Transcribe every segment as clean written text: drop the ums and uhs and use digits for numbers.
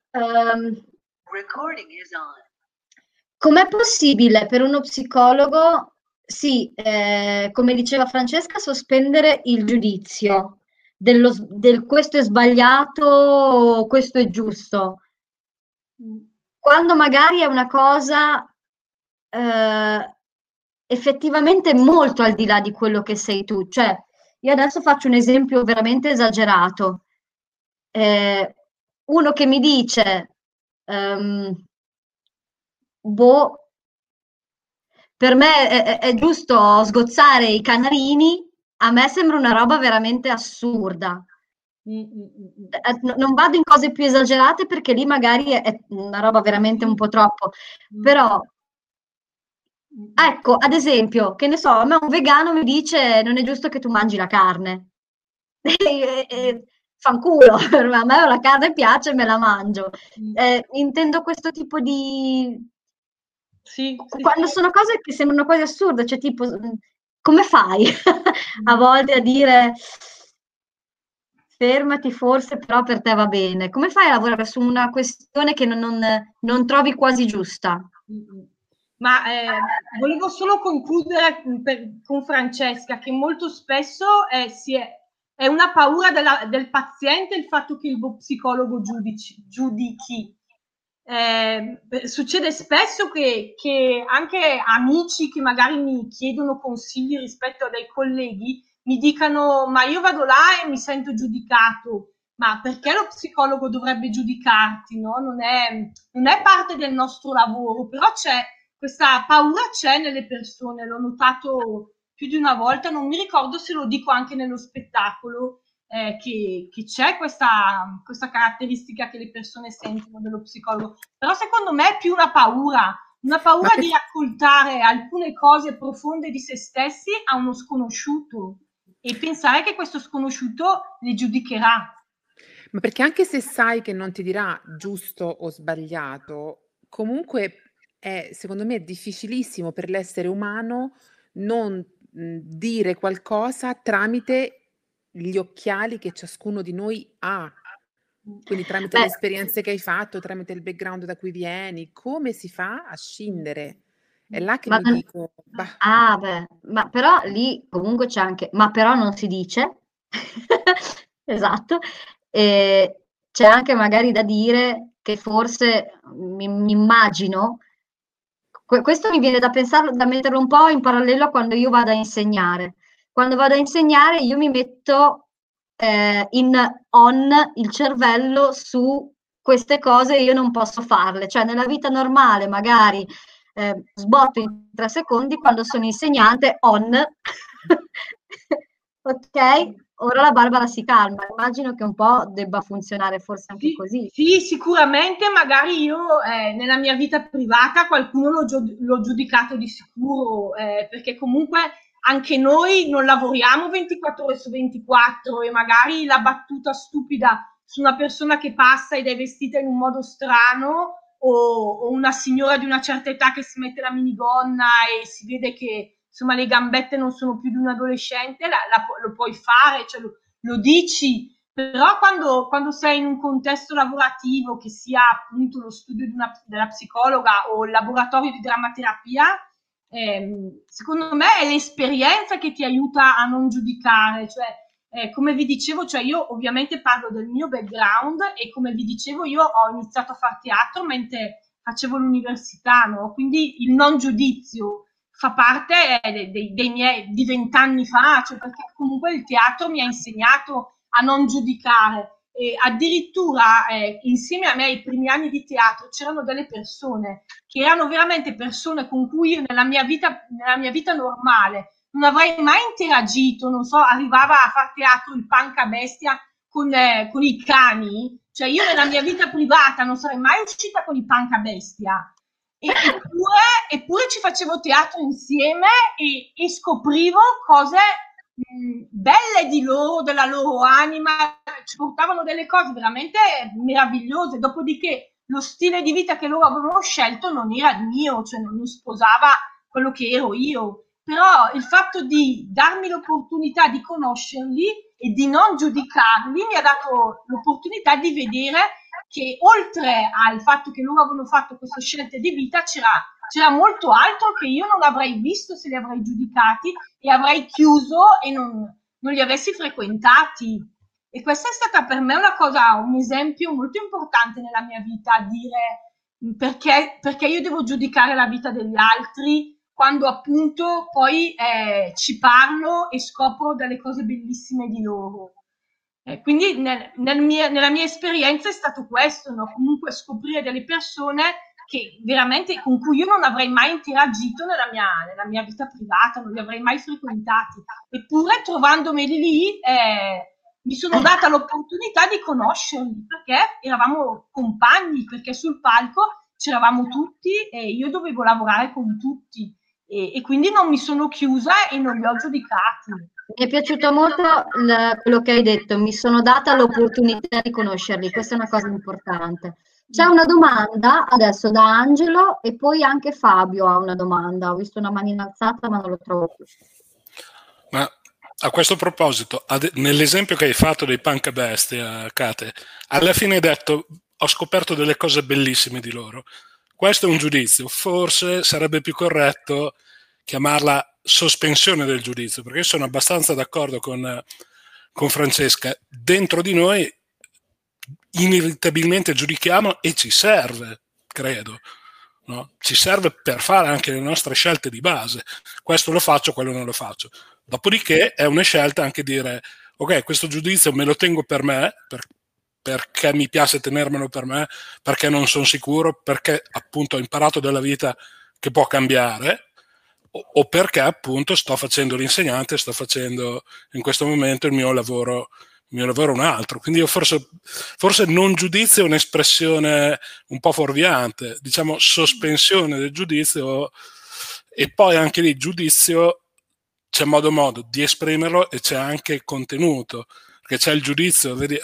Ehm, com'è possibile per uno psicologo, sì, come diceva Francesca, sospendere il giudizio del questo è sbagliato, questo è giusto, quando magari è una cosa effettivamente molto al di là di quello che sei tu. Cioè, io adesso faccio un esempio veramente esagerato. Eh, uno che mi dice, ehm, boh, per me è giusto sgozzare i canarini, a me sembra una roba veramente assurda. Non vado in cose più esagerate perché lì magari è una roba veramente un po' troppo, però ecco, ad esempio, che ne so, a me un vegano mi dice non è giusto che tu mangi la carne. Fanculo, a me la carne piace e me la mangio. Intendo questo tipo di... Sì, sì, Quando sì. sono cose che sembrano quasi assurde, cioè tipo, come fai a Mm. volte a dire fermati forse, però per te va bene? Come fai a lavorare su una questione che non trovi quasi giusta? Mm. Ma volevo solo concludere con Francesca che molto spesso è una paura del paziente il fatto che il psicologo giudichi. Succede spesso che anche amici che magari mi chiedono consigli rispetto a dei colleghi mi dicano ma io vado là e mi sento giudicato. Ma perché lo psicologo dovrebbe giudicarti, no? Non è parte del nostro lavoro, però questa paura c'è nelle persone, l'ho notato più di una volta, non mi ricordo se lo dico anche nello spettacolo, che c'è questa caratteristica che le persone sentono dello psicologo, però secondo me è più una Ma paura per- di raccontare alcune cose profonde di se stessi a uno sconosciuto e pensare che questo sconosciuto li giudicherà. Ma perché anche se sai che non ti dirà giusto o sbagliato, comunque secondo me è difficilissimo per l'essere umano non dire qualcosa tramite gli occhiali che ciascuno di noi ha. Quindi tramite le Beh, esperienze che hai fatto, tramite il background da cui vieni, come si fa a scindere? È là che ma mi non dico, bah. ah beh, ma però lì comunque c'è anche ma però non si dice. Esatto. Ehm, c'è anche magari da dire che forse mi immagino questo mi viene da pensarlo da metterlo un po' in parallelo a quando io vado a insegnare. Quando vado a insegnare io mi metto, in on il cervello su queste cose io non posso farle. Cioè nella vita normale magari, sbotto in 3 secondi, quando sono insegnante on. Okay, ora la Barbara si calma. Immagino che un po' debba funzionare forse anche Sì, così. sì, sicuramente magari io nella mia vita privata qualcuno l'ho giudicato di sicuro, perché comunque anche noi non lavoriamo 24 ore su 24 e magari la battuta stupida su una persona che passa ed è vestita in un modo strano o una signora di una certa età che si mette la minigonna e si vede che insomma le gambette non sono più di un adolescente, lo puoi fare, cioè lo dici, però quando sei in un contesto lavorativo, che sia appunto lo studio della psicologa o il laboratorio di drammaterapia, secondo me è l'esperienza che ti aiuta a non giudicare. Cioè, come vi dicevo, cioè io ovviamente parlo del mio background e come vi dicevo io ho iniziato a fare teatro mentre facevo l'università, no? Quindi il non giudizio fa parte dei miei di 20 anni fa, cioè perché comunque il teatro mi ha insegnato a non giudicare. E addirittura insieme a me ai primi anni di teatro c'erano delle persone che erano veramente persone con cui io nella mia vita normale non avrei mai interagito, non so, arrivava a far teatro il panca bestia con i cani, cioè io nella mia vita privata non sarei mai uscita con i panca bestia. Eppure ci facevo teatro insieme e scoprivo cose belle di loro, della loro anima, ci portavano delle cose veramente meravigliose. Dopodiché lo stile di vita che loro avevano scelto non era il mio, cioè non sposava quello che ero io. Però il fatto di darmi l'opportunità di conoscerli e di non giudicarli mi ha dato l'opportunità di vedere che oltre al fatto che loro avevano fatto queste scelte di vita c'era molto altro che io non avrei visto se li avrei giudicati e avrei chiuso e non li avessi frequentati. E questa è stata per me un esempio molto importante nella mia vita, a dire perché io devo giudicare la vita degli altri quando appunto poi ci parlo e scopro delle cose bellissime di loro. Quindi nella mia esperienza è stato questo, no? Comunque scoprire delle persone che veramente con cui io non avrei mai interagito nella mia vita privata, non li avrei mai frequentati. Eppure trovandomi lì mi sono data l'opportunità di conoscerli, perché eravamo compagni, perché sul palco c'eravamo tutti e io dovevo lavorare con tutti e quindi non mi sono chiusa e non li ho giudicati. Mi è piaciuto molto quello che hai detto, mi sono data l'opportunità di conoscerli, questa è una cosa importante. C'è una domanda adesso da Angelo e poi anche Fabio ha una domanda, ho visto una manina alzata ma non lo trovo più. Ma a questo proposito, nell'esempio che hai fatto dei punk bestia, Kate, alla fine hai detto ho scoperto delle cose bellissime di loro. Questo è un giudizio, forse sarebbe più corretto chiamarla sospensione del giudizio, perché io sono abbastanza d'accordo con Francesca. Dentro di noi inevitabilmente giudichiamo e ci serve, credo. No? Ci serve per fare anche le nostre scelte di base. Questo lo faccio, quello non lo faccio. Dopodiché è una scelta anche dire ok, questo giudizio me lo tengo per me, perché mi piace tenermelo per me, perché non sono sicuro, perché appunto ho imparato dalla vita che può cambiare, o perché appunto sto facendo l'insegnante, sto facendo in questo momento il mio lavoro un altro. Quindi io forse non giudizio è un'espressione un po' fuorviante, diciamo sospensione del giudizio, e poi anche lì giudizio c'è modo di esprimerlo e c'è anche contenuto, perché c'è il giudizio, vedi,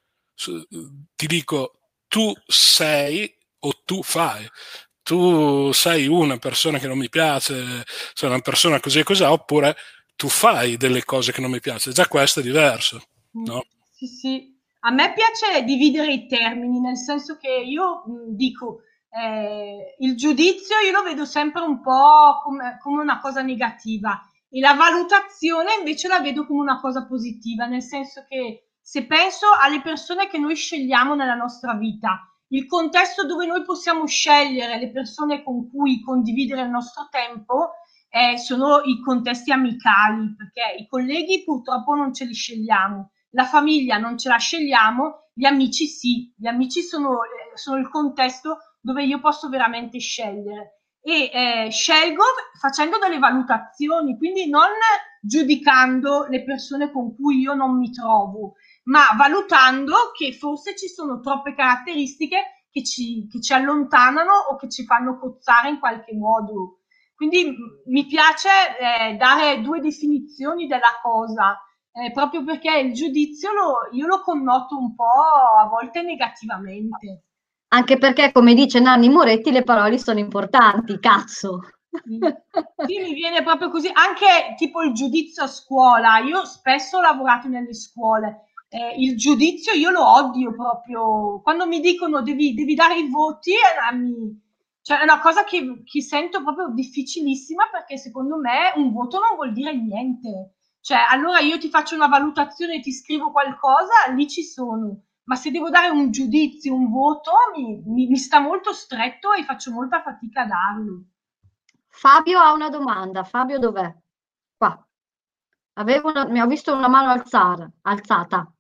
ti dico tu sei o tu fai, tu sei una persona che non mi piace, sei una persona così e così, oppure tu fai delle cose che non mi piace, già questo è diverso, no? Sì. A me piace dividere i termini, nel senso che io dico il giudizio io lo vedo sempre un po' come una cosa negativa e la valutazione invece la vedo come una cosa positiva, nel senso che se penso alle persone che noi scegliamo nella nostra vita, il contesto dove noi possiamo scegliere le persone con cui condividere il nostro tempo sono i contesti amicali, perché i colleghi purtroppo non ce li scegliamo, la famiglia non ce la scegliamo, gli amici sì, gli amici sono il contesto dove io posso veramente scegliere e scelgo facendo delle valutazioni, quindi non giudicando le persone con cui io non mi trovo, ma valutando che forse ci sono troppe caratteristiche che ci allontanano o che ci fanno cozzare in qualche modo. Quindi mi piace dare due definizioni della cosa, proprio perché il giudizio io lo connoto un po' a volte negativamente. Anche perché, come dice Nanni Moretti, le parole sono importanti, cazzo. Sì, mi viene proprio così. Anche tipo il giudizio a scuola. Io spesso ho lavorato nelle scuole. Il giudizio io lo odio proprio. Quando mi dicono devi dare i voti, cioè è una cosa che sento proprio difficilissima, perché secondo me un voto non vuol dire niente. Cioè, allora io ti faccio una valutazione, ti scrivo qualcosa, lì ci sono. Ma se devo dare un giudizio, un voto, mi sta molto stretto e faccio molta fatica a darlo. Fabio ha una domanda. Fabio dov'è? Qua. Mi ho visto una mano alzata.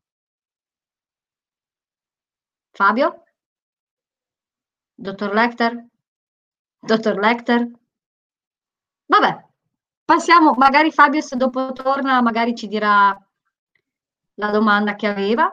Fabio? Dottor Lecter? Dottor Lecter? Vabbè, passiamo, magari Fabio se dopo torna magari ci dirà la domanda che aveva.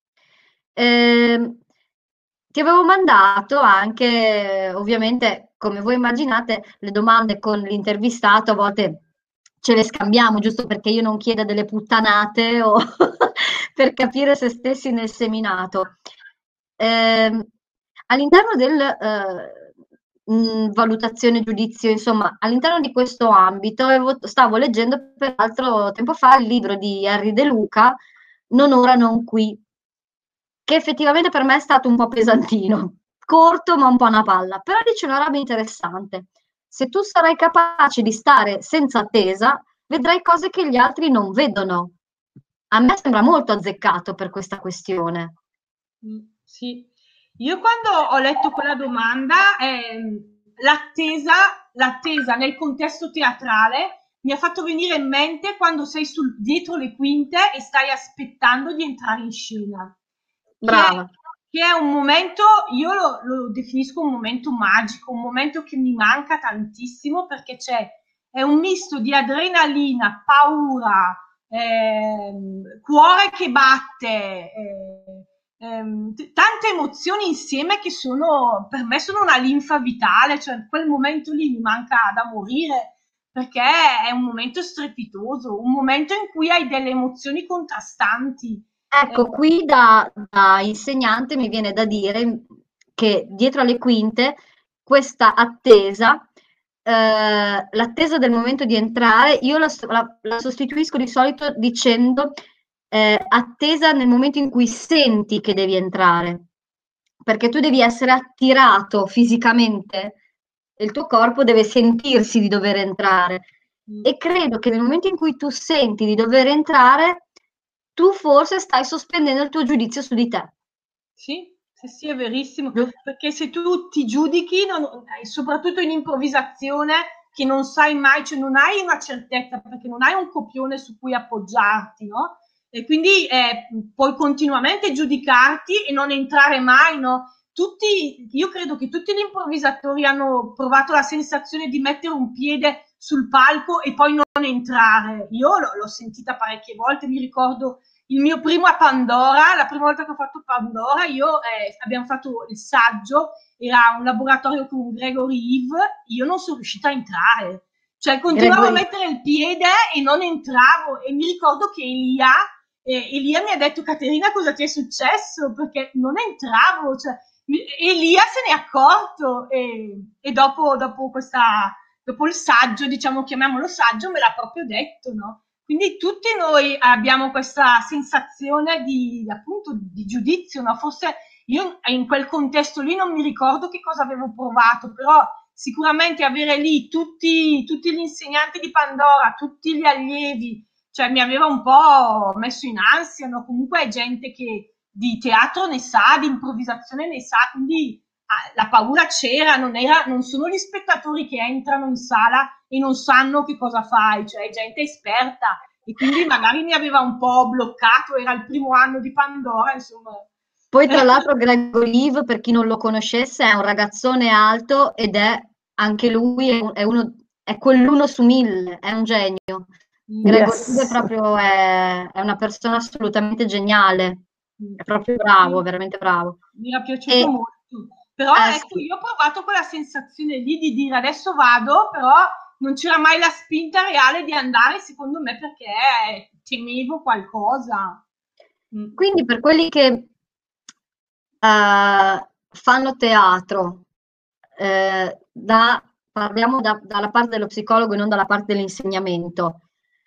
Ti avevo mandato anche, ovviamente, come voi immaginate, le domande con l'intervistato a volte ce le scambiamo, giusto perché io non chieda delle puttanate o per capire se stessi nel seminato. All'interno del valutazione, giudizio, insomma, all'interno di questo ambito stavo leggendo peraltro tempo fa il libro di Henry De Luca, Non ora, non qui, che effettivamente per me è stato un po' pesantino, corto ma un po' una palla, però dice una roba interessante. Se tu sarai capace di stare senza attesa, vedrai cose che gli altri non vedono. A me sembra molto azzeccato per questa questione. Sì, io quando ho letto quella domanda, l'attesa nel contesto teatrale mi ha fatto venire in mente quando sei dietro le quinte e stai aspettando di entrare in scena, Brava. che è un momento, io lo definisco un momento magico, un momento che mi manca tantissimo perché è un misto di adrenalina, paura, cuore che batte, tante emozioni insieme che per me sono una linfa vitale, cioè quel momento lì mi manca da morire perché è un momento strepitoso, un momento in cui hai delle emozioni contrastanti. Ecco, qui da insegnante mi viene da dire che dietro alle quinte questa attesa, l'attesa del momento di entrare, io la sostituisco di solito dicendo attesa nel momento in cui senti che devi entrare, perché tu devi essere attirato fisicamente, il tuo corpo deve sentirsi di dover entrare. E credo che nel momento in cui tu senti di dover entrare, tu forse stai sospendendo il tuo giudizio su di te. Sì, sì, è verissimo, perché se tu ti giudichi, soprattutto in improvvisazione, che non sai mai, cioè non hai una certezza, perché non hai un copione su cui appoggiarti, no? E quindi puoi continuamente giudicarti e non entrare mai, no? Io credo che tutti gli improvvisatori hanno provato la sensazione di mettere un piede sul palco e poi non entrare. Io l'ho sentita parecchie volte, mi ricordo il mio primo a Pandora, la prima volta che ho fatto Pandora, abbiamo fatto il saggio, era un laboratorio con Gregory Eve, io non sono riuscita a entrare, cioè continuavo a mettere il piede e non entravo, e mi ricordo che Elia mi ha detto: Caterina, cosa ti è successo? Perché non entravo, cioè Elia se n'è accorto e dopo il saggio, diciamo, chiamiamolo saggio, me l'ha proprio detto, no? Quindi tutti noi abbiamo questa sensazione appunto di giudizio, no? Forse io in quel contesto lì non mi ricordo che cosa avevo provato, però sicuramente avere lì tutti gli insegnanti di Pandora, tutti gli allievi, cioè mi aveva un po' messo in ansia, no? Comunque è gente che di teatro ne sa, di improvvisazione ne sa, quindi la paura c'era, non sono gli spettatori che entrano in sala e non sanno che cosa fai, cioè è gente esperta, e quindi magari mi aveva un po' bloccato, era il primo anno di Pandora, insomma. Poi tra l'altro Gregory Eve, per chi non lo conoscesse, è un ragazzone alto ed è anche lui è quell'uno su 1000, è un genio. Gregory Eve proprio è una persona assolutamente geniale, è proprio bravo, veramente bravo. Mi è piaciuto molto, però ecco, sì. io ho provato quella sensazione lì di dire adesso vado, però non c'era mai la spinta reale di andare, secondo me, perché temevo qualcosa. Quindi per quelli che fanno teatro, parliamo dalla parte dello psicologo e non dalla parte dell'insegnamento.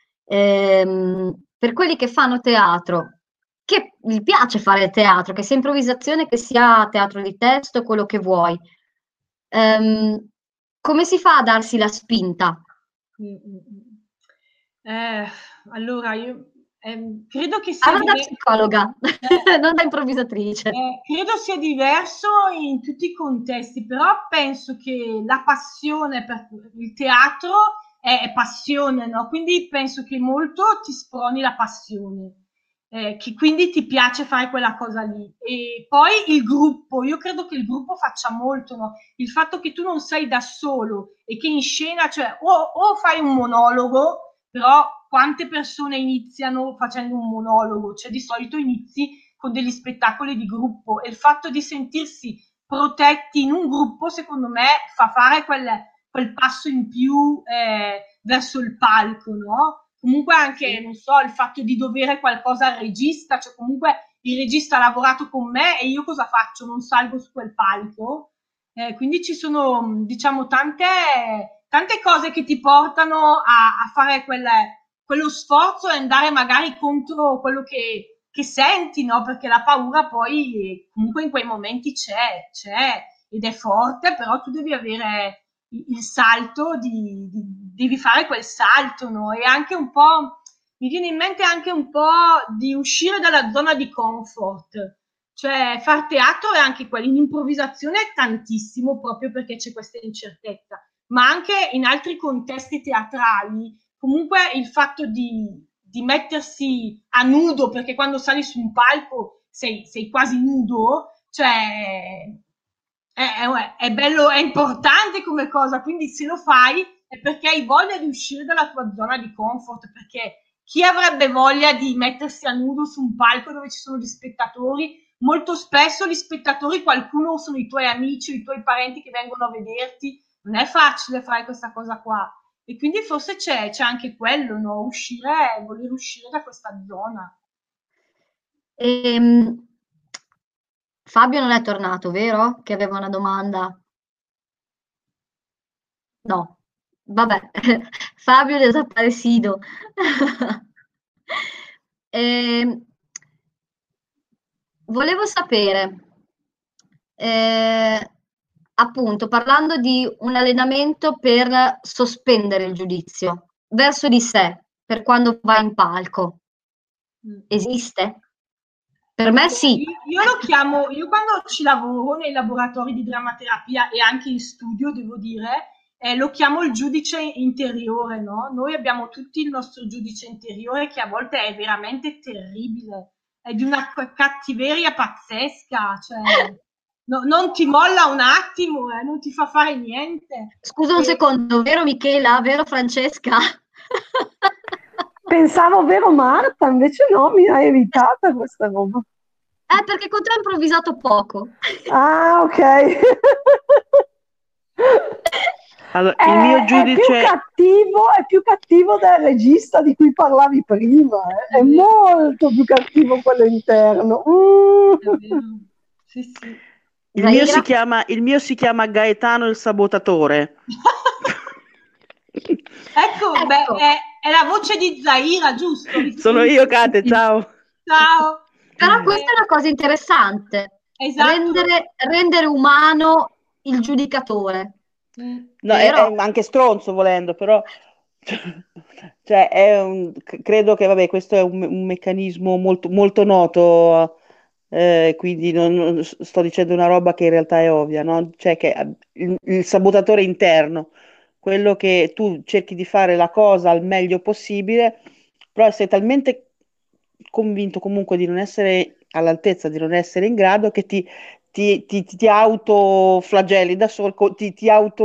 Per quelli che fanno teatro, che gli piace fare teatro, che sia improvvisazione, che sia teatro di testo, quello che vuoi, come si fa a darsi la spinta? Allora, io credo che sia Parlo da psicologa, non da improvvisatrice. Credo sia diverso in tutti i contesti, però penso che la passione per il teatro è passione, no? Quindi penso che molto ti sproni la passione, che quindi ti piace fare quella cosa lì. E poi il gruppo, io credo che il gruppo faccia molto, no? Il fatto che tu non sei da solo e che in scena, cioè o fai un monologo, però quante persone iniziano facendo un monologo? Cioè di solito inizi con degli spettacoli di gruppo, e il fatto di sentirsi protetti in un gruppo, secondo me, fa fare quel passo in più verso il palco, no? Comunque anche, non so, il fatto di dovere qualcosa al regista, cioè comunque il regista ha lavorato con me e io cosa faccio? Non salgo su quel palco? Quindi ci sono, diciamo, tante cose che ti portano a fare quello sforzo e andare magari contro quello che che senti, no? Perché la paura poi comunque in quei momenti c'è ed è forte, però tu devi avere il salto, devi fare quel salto, no? E anche un po', mi viene in mente anche un po' di uscire dalla zona di comfort, cioè far teatro è anche quello, in improvvisazione è tantissimo proprio perché c'è questa incertezza, ma anche in altri contesti teatrali, comunque il fatto di mettersi a nudo, perché quando sali su un palco sei quasi nudo, cioè è bello, è importante come cosa, quindi se lo fai è perché hai voglia di uscire dalla tua zona di comfort, perché chi avrebbe voglia di mettersi a nudo su un palco dove ci sono gli spettatori? Molto spesso gli spettatori, qualcuno sono i tuoi amici, i tuoi parenti che vengono a vederti, non è facile fare questa cosa qua. E quindi forse c'è anche quello, no? Voler uscire da questa zona. Fabio non è tornato, vero? Che aveva una domanda. No, vabbè, Fabio desaparecido. Volevo sapere, appunto, parlando di un allenamento per sospendere il giudizio verso di sé, per quando va in palco. Esiste? Per me sì. Io lo chiamo, io quando ci lavoro nei laboratori di drammaterapia e anche in studio, devo dire, lo chiamo il giudice interiore, no? Noi abbiamo tutti il nostro giudice interiore che a volte è veramente terribile, è di una cattiveria pazzesca, cioè non ti molla un attimo, non ti fa fare niente. Scusa un secondo, vero Michela? Vero Francesca? Pensavo vero Marta, invece no, mi hai evitata questa roba. Perché con te ho improvvisato poco. Ah, ok. Allora, il mio giudice è più cattivo del regista di cui parlavi prima, eh. È molto più cattivo quello interno. Sì, sì. Il mio si chiama Gaetano il sabotatore. Ecco. Beh, è la voce di Zaira, giusto? Sono io, Kate, ciao. Ciao. Però questa è una cosa interessante. Esatto. rendere umano il giudicatore. No, è anche stronzo volendo, però cioè credo che vabbè, questo è un meccanismo molto, molto noto, quindi non sto dicendo una roba che in realtà è ovvia, no? Cioè che il sabotatore interno, quello che tu cerchi di fare la cosa al meglio possibile, però sei talmente convinto comunque di non essere all'altezza, di non essere in grado, che ti autoflagelli da solo, ti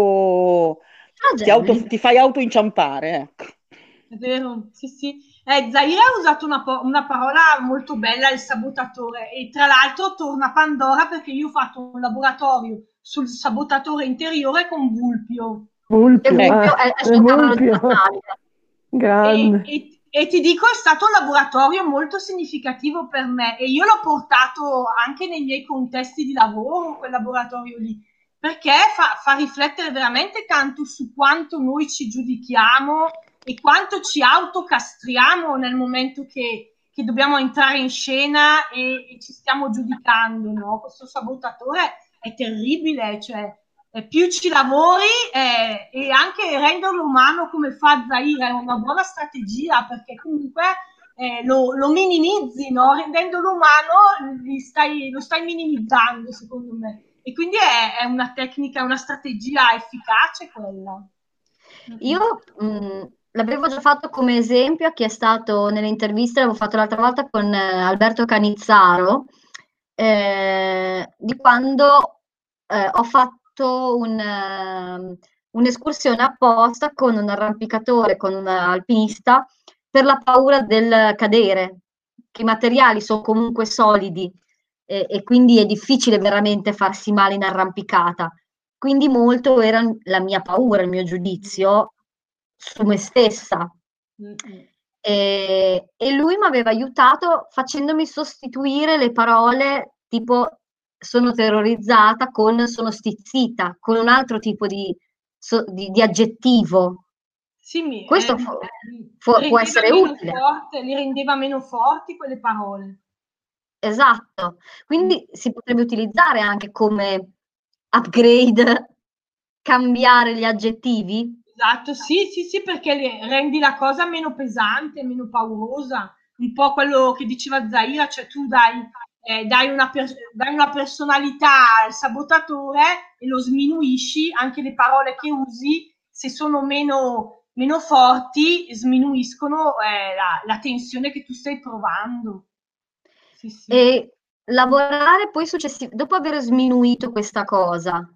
fai auto-inciampare, ecco. È vero, sì, sì. Zaira ha usato una parola molto bella, il sabotatore, e tra l'altro torna Pandora perché io ho fatto un laboratorio sul sabotatore interiore con Vulpio. Vulpio, è sul tavolo di battaglia. Grande. E ti dico, è stato un laboratorio molto significativo per me e io l'ho portato anche nei miei contesti di lavoro, quel laboratorio lì, perché fa riflettere veramente tanto su quanto noi ci giudichiamo e quanto ci autocastriamo nel momento che dobbiamo entrare in scena e ci stiamo giudicando, no? Questo sabotatore è terribile, cioè più ci lavori e anche renderlo umano come fa Zaira è una buona strategia, perché comunque lo minimizzi, no? Rendendolo umano lo stai minimizzando, secondo me, e quindi è una tecnica, una strategia efficace quella. Io l'avevo già fatto come esempio a chi è stato nelle interviste, l'avevo fatto l'altra volta con Alberto Canizzaro, di quando ho fatto un'escursione apposta con un arrampicatore, con un alpinista, per la paura del cadere, che i materiali sono comunque solidi e quindi è difficile veramente farsi male in arrampicata. Quindi molto era la mia paura, il mio giudizio su me stessa. E lui mi aveva aiutato facendomi sostituire le parole tipo sono terrorizzata con sono stizzita, con un altro tipo di aggettivo. Sì, questo può essere utile. Li rendeva meno forti quelle parole. Esatto, quindi si potrebbe utilizzare anche come upgrade, cambiare gli aggettivi? Esatto, sì, sì, sì, perché rendi la cosa meno pesante, meno paurosa, un po' quello che diceva Zaira, cioè tu dai una personalità al sabotatore e lo sminuisci, anche le parole che usi, se sono meno forti, sminuiscono la tensione che tu stai provando. Sì, sì. E lavorare poi dopo aver sminuito questa cosa,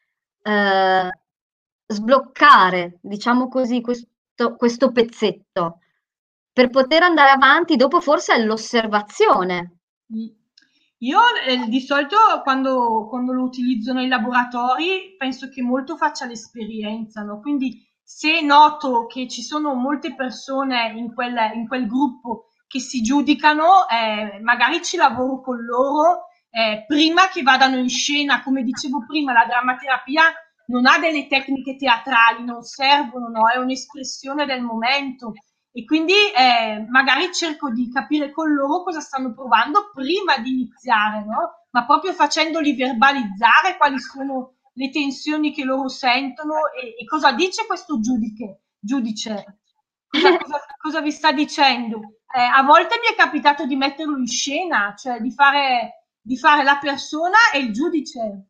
sbloccare, diciamo così, questo pezzetto, per poter andare avanti dopo forse all'osservazione. Io di solito quando lo utilizzo nei laboratori penso che molto faccia l'esperienza, no? Quindi se noto che ci sono molte persone in quel gruppo che si giudicano, magari ci lavoro con loro prima che vadano in scena. Come dicevo prima, la drammaterapia non ha delle tecniche teatrali, non servono, no? È un'espressione del momento. E quindi magari cerco di capire con loro cosa stanno provando prima di iniziare, no? Ma proprio facendoli verbalizzare quali sono le tensioni che loro sentono e cosa dice questo giudice. Cosa vi sta dicendo? A volte mi è capitato di metterlo in scena, cioè di fare la persona e il giudice.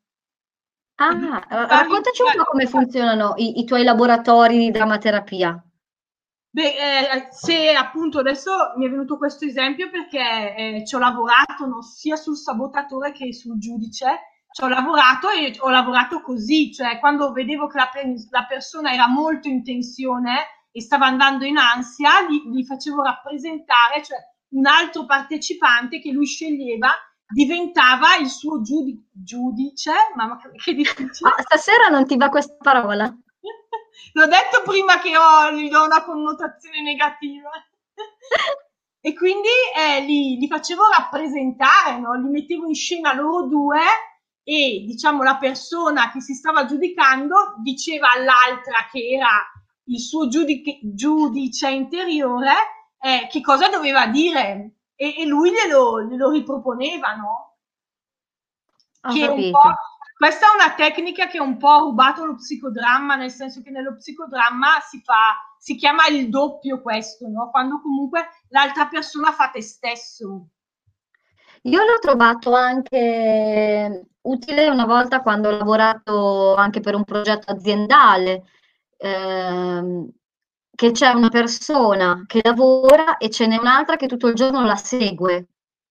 Raccontaci un po' come funzionano i tuoi laboratori di drammaterapia. Beh, se appunto adesso mi è venuto questo esempio perché ci ho lavorato, no, sia sul sabotatore che sul giudice, ci ho lavorato e ho lavorato così, cioè quando vedevo che la persona era molto in tensione e stava andando in ansia, gli facevo rappresentare, cioè un altro partecipante che lui sceglieva diventava il suo giudice, mamma che difficile. Stasera non ti va questa parola? L'ho detto prima che gli do una connotazione negativa. E quindi li facevo rappresentare, no? Li mettevo in scena loro due e diciamo la persona che si stava giudicando diceva all'altra che era il suo giudice interiore che cosa doveva dire e lui glielo riproponeva, no? Che un po', questa è una tecnica che un po' ha rubato lo psicodramma, nel senso che nello psicodramma si chiama il doppio questo, no? Quando comunque l'altra persona fa te stesso. Io l'ho trovato anche utile una volta quando ho lavorato anche per un progetto aziendale, che c'è una persona che lavora e ce n'è un'altra che tutto il giorno la segue.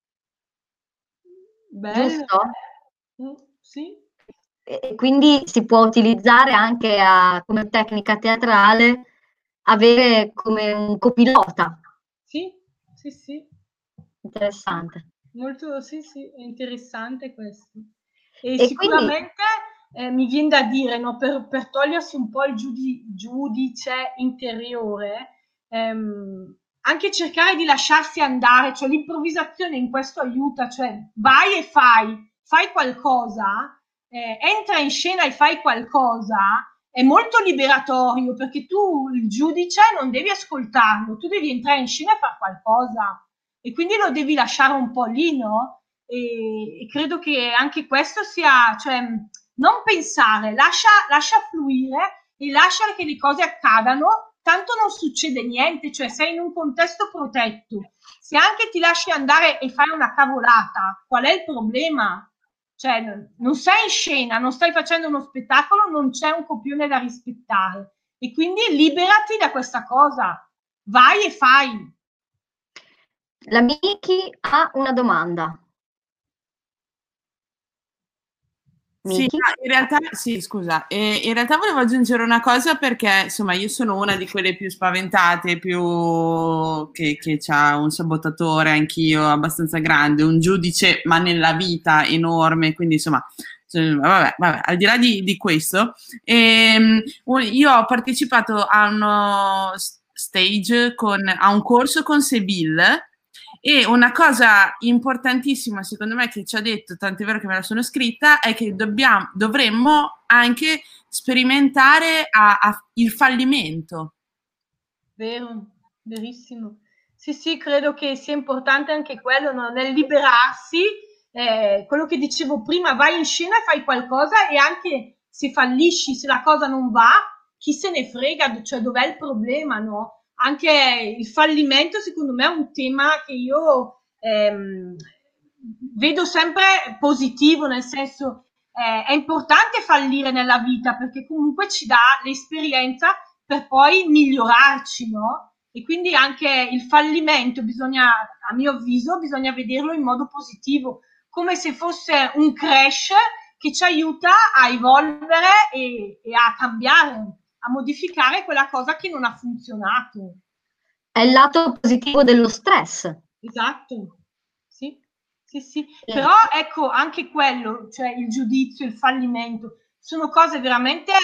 Bello. Giusto? Sì. E quindi si può utilizzare anche come tecnica teatrale avere come un copilota. Sì, sì, sì. Interessante. Molto, sì, sì, è interessante questo. E quindi, sicuramente mi viene da dire, no, per togliersi un po' il giudice interiore, anche cercare di lasciarsi andare, cioè l'improvvisazione in questo aiuta, cioè vai e fai qualcosa, entra in scena e fai qualcosa, è molto liberatorio perché tu il giudice non devi ascoltarlo, tu devi entrare in scena e fare qualcosa e quindi lo devi lasciare un po' lì, no? E credo che anche questo sia, cioè non pensare, lascia fluire e lascia che le cose accadano, tanto non succede niente, cioè sei in un contesto protetto. Se anche ti lasci andare e fai una cavolata, qual è il problema? Cioè, non sei in scena, non stai facendo uno spettacolo, non c'è un copione da rispettare. E quindi liberati da questa cosa. Vai e fai. La Miki ha una domanda. Sì, in realtà, sì, scusa, in realtà volevo aggiungere una cosa perché insomma io sono una di quelle più spaventate, più che c'ha un sabotatore, anch'io abbastanza grande, un giudice ma nella vita enorme, quindi insomma vabbè, al di là di questo, io ho partecipato a uno stage a un corso con Seville. E una cosa importantissima, secondo me, che ci ha detto, tant'è vero che me la sono scritta, è che dovremmo anche sperimentare il fallimento. Vero, verissimo. Sì, sì, credo che sia importante anche quello, no? Nel liberarsi, quello che dicevo prima, vai in scena e fai qualcosa e anche se fallisci, se la cosa non va, chi se ne frega, cioè dov'è il problema, no? Anche il fallimento secondo me è un tema che io vedo sempre positivo, nel senso è importante fallire nella vita perché comunque ci dà l'esperienza per poi migliorarci, no? E quindi anche il fallimento bisogna, a mio avviso, bisogna vederlo in modo positivo, come se fosse un crash che ci aiuta a evolvere e a cambiare, a modificare quella cosa che non ha funzionato. È il lato positivo dello stress. Esatto, sì, sì, sì. Però ecco, anche quello, cioè il giudizio, il fallimento, sono cose veramente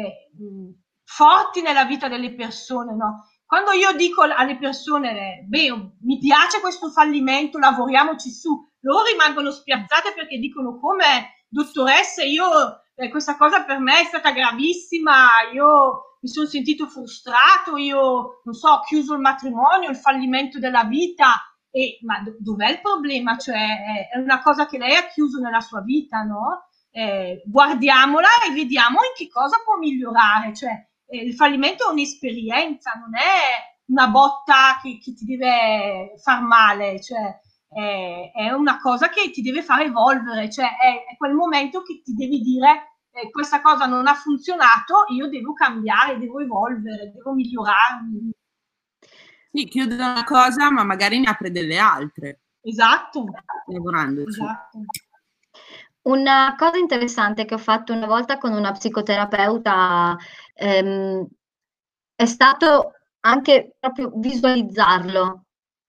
forti nella vita delle persone, no? Quando io dico alle persone, beh, mi piace questo fallimento, lavoriamoci su, loro rimangono spiazzate perché dicono come, dottoressa, io questa cosa per me è stata gravissima, io mi sono sentito frustrato, io non so, ho chiuso il matrimonio, il fallimento della vita, ma dov'è il problema? Cioè è una cosa che lei ha chiuso nella sua vita, no? Guardiamola e vediamo in che cosa può migliorare, cioè il fallimento è un'esperienza, non è una botta che ti deve far male, cioè è una cosa che ti deve far evolvere, cioè è quel momento che ti devi dire questa cosa non ha funzionato, io devo cambiare, devo evolvere, devo migliorarmi. Sì, chiude una cosa ma magari ne apre delle altre. Esatto. Lavorandoci. Esatto. Una cosa interessante che ho fatto una volta con una psicoterapeuta è stato anche proprio visualizzarlo,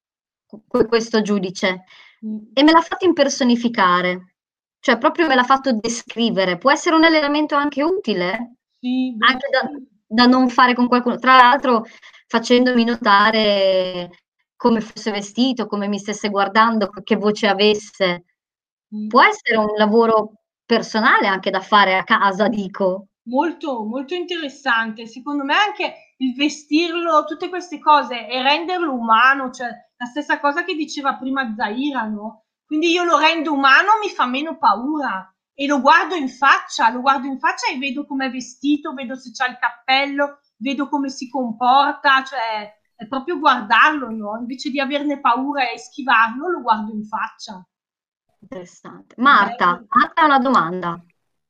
questo giudice, e me l'ha fatto impersonificare, cioè proprio me l'ha fatto descrivere. Può essere un elemento anche utile, sì, anche da non fare con qualcuno, tra l'altro facendomi notare come fosse vestito, come mi stesse guardando, che voce avesse. Può essere un lavoro personale anche da fare a casa, dico. Molto, molto interessante. Secondo me anche il vestirlo, tutte queste cose e renderlo umano, cioè la stessa cosa che diceva prima Zaira, no? Quindi io lo rendo umano, mi fa meno paura e lo guardo in faccia e vedo com'è vestito, vedo se c'ha il cappello, vedo come si comporta, cioè è proprio guardarlo, no? Invece di averne paura e schivarlo, lo guardo in faccia. Interessante. Marta ha una domanda.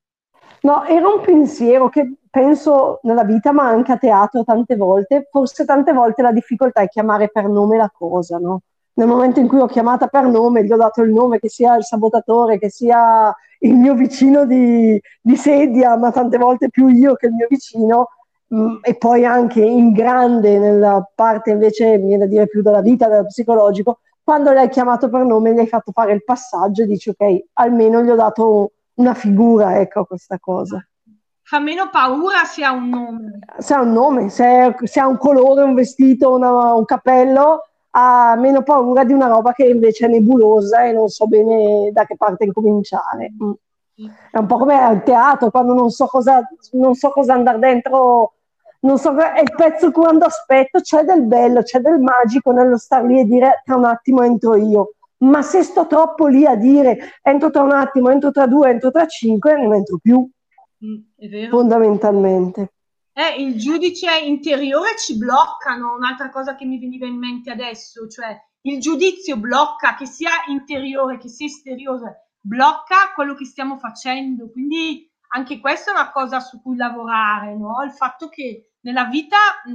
No, era un pensiero che penso nella vita, ma anche a teatro tante volte. Forse tante volte la difficoltà è chiamare per nome la cosa, no? Nel momento in cui ho chiamata per nome, gli ho dato il nome, che sia il sabotatore, che sia il mio vicino di sedia, ma tante volte più io che il mio vicino, e poi anche in grande nella parte invece, mi viene da dire, più della vita, dello psicologico, quando l'hai chiamato per nome gli hai fatto fare il passaggio e dici ok, almeno gli ho dato una figura, ecco, questa cosa. Fa meno paura se ha un nome. Se ha un nome, se ha un colore, un vestito, un cappello, ha meno paura di una roba che invece è nebulosa e non so bene da che parte incominciare. È un po' come al teatro, quando non so cosa andare dentro, non so, è il pezzo quando aspetto, c'è del bello, c'è del magico nello star lì e dire tra un attimo entro io. Ma se sto troppo lì a dire entro tra un attimo, entro tra 2, entro tra 5, non entro più. È vero. Fondamentalmente. Il giudice interiore ci bloccano, un'altra cosa che mi veniva in mente adesso, cioè il giudizio blocca, che sia interiore, che sia esteriore, blocca quello che stiamo facendo, quindi anche questa è una cosa su cui lavorare, no? Il fatto che nella vita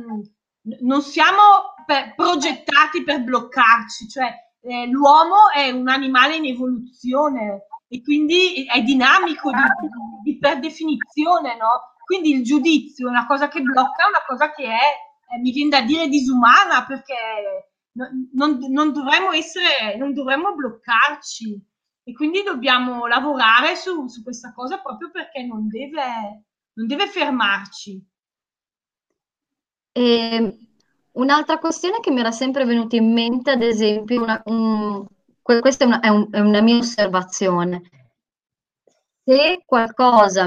non siamo progettati per bloccarci, cioè l'uomo è un animale in evoluzione e quindi è dinamico per definizione, no? Quindi il giudizio è una cosa che blocca, è una cosa che è, mi viene da dire, disumana, perché non dovremmo bloccarci e quindi dobbiamo lavorare su questa cosa proprio perché non deve fermarci. E un'altra questione che mi era sempre venuta in mente, ad esempio, questa è una mia osservazione. Se qualcosa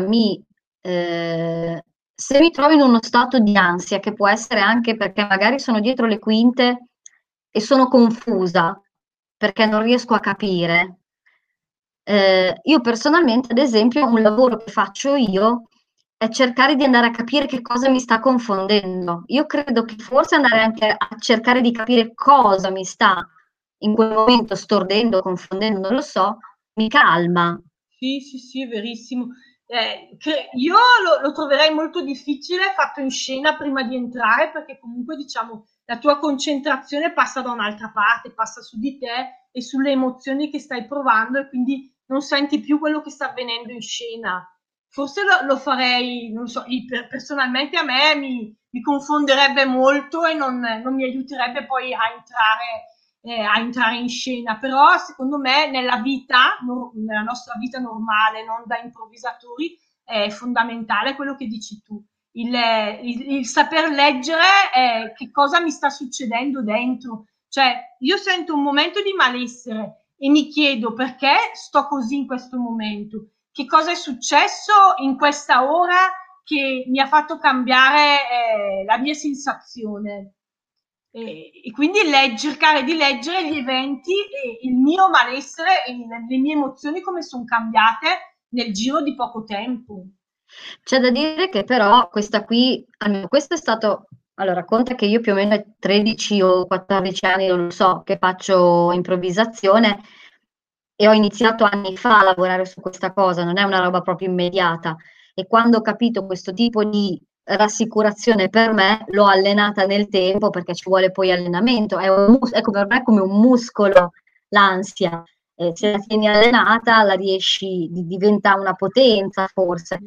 se mi trovo in uno stato di ansia, che può essere anche perché magari sono dietro le quinte e sono confusa perché non riesco a capire. Io personalmente, ad esempio, un lavoro che faccio io è cercare di andare a capire che cosa mi sta confondendo. Io credo che forse andare anche a cercare di capire cosa mi sta in quel momento stordendo, confondendo, non lo so, mi calma. Sì, è verissimo. Io lo troverei molto difficile fatto in scena prima di entrare, perché comunque diciamo la tua concentrazione passa da un'altra parte, passa su di te e sulle emozioni che stai provando, e quindi non senti più quello che sta avvenendo in scena. Forse lo farei, non so, personalmente a me mi confonderebbe molto e non mi aiuterebbe poi a entrare in scena, però secondo me nella nostra vita normale, non da improvvisatori, è fondamentale quello che dici tu, il saper leggere che cosa mi sta succedendo dentro. Cioè, io sento un momento di malessere e mi chiedo perché sto così in questo momento, che cosa è successo in questa ora che mi ha fatto cambiare la mia sensazione. E quindi cercare di leggere gli eventi e il mio malessere e le mie emozioni come sono cambiate nel giro di poco tempo. C'è da dire che però questa qui, almeno questo è stato, allora conta che io più o meno è 13 o 14 anni, non lo so, che faccio improvvisazione e ho iniziato anni fa a lavorare su questa cosa, non è una roba proprio immediata. E quando ho capito questo tipo di rassicurazione per me, l'ho allenata nel tempo perché ci vuole poi allenamento, ecco, per me è come un muscolo l'ansia. Se la tieni allenata la riesci, diventa una potenza forse.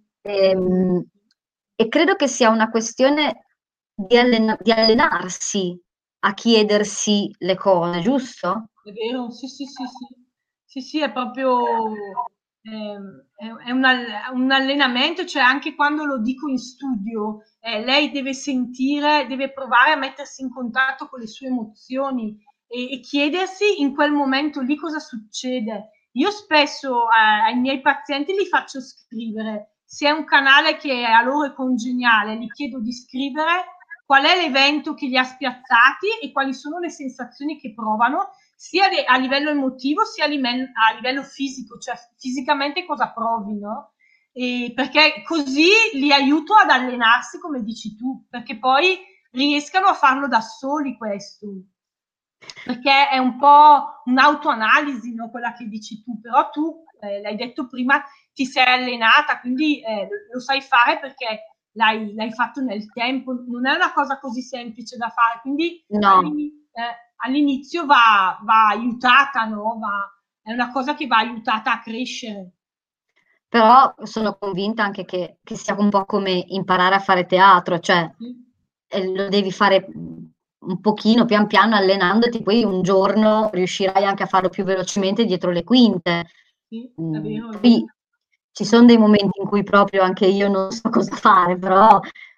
E credo che sia una questione di allenarsi a chiedersi le cose, giusto? È vero, sì, è proprio è un allenamento, cioè anche quando lo dico in studio, lei deve sentire, deve provare a mettersi in contatto con le sue emozioni e chiedersi in quel momento lì cosa succede. Io spesso ai miei pazienti li faccio scrivere, se è un canale che a loro è congeniale, gli chiedo di scrivere qual è l'evento che li ha spiazzati e quali sono le sensazioni che provano, sia a livello emotivo sia a livello fisico, cioè fisicamente cosa provi, no? Perché così li aiuto ad allenarsi, come dici tu, perché poi riescano a farlo da soli questo. Perché è un po' un'autoanalisi, no? Quella che dici tu, però tu, l'hai detto prima, ti sei allenata, quindi lo sai fare perché l'hai fatto nel tempo, non è una cosa così semplice da fare, quindi no. All'inizio va aiutata, no? È una cosa che va aiutata a crescere. Però sono convinta anche che sia un po' come imparare a fare teatro, cioè lo devi fare un pochino, pian piano, allenandoti, poi un giorno riuscirai anche a farlo più velocemente dietro le quinte. Sì, è vero. Poi ci sono dei momenti in cui proprio anche io non so cosa fare, però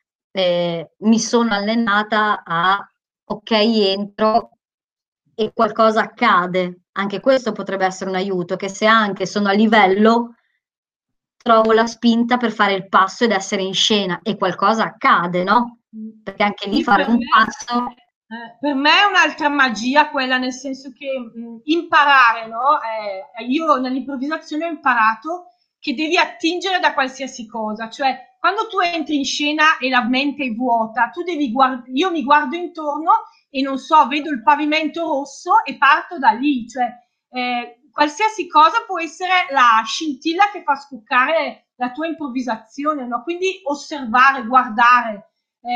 mi sono allenata a, ok, entro e qualcosa accade. Anche questo potrebbe essere un aiuto, che se anche sono a livello, trovo la spinta per fare il passo ed essere in scena e qualcosa accade, no? Perché anche lì fare un passo... Per me è un'altra magia quella, nel senso che imparare, no? Io nell'improvvisazione ho imparato che devi attingere da qualsiasi cosa, cioè quando tu entri in scena e la mente è vuota, tu devi io mi guardo intorno e non so, vedo il pavimento rosso e parto da lì, cioè qualsiasi cosa può essere la scintilla che fa scoccare la tua improvvisazione, no? Quindi osservare, guardare,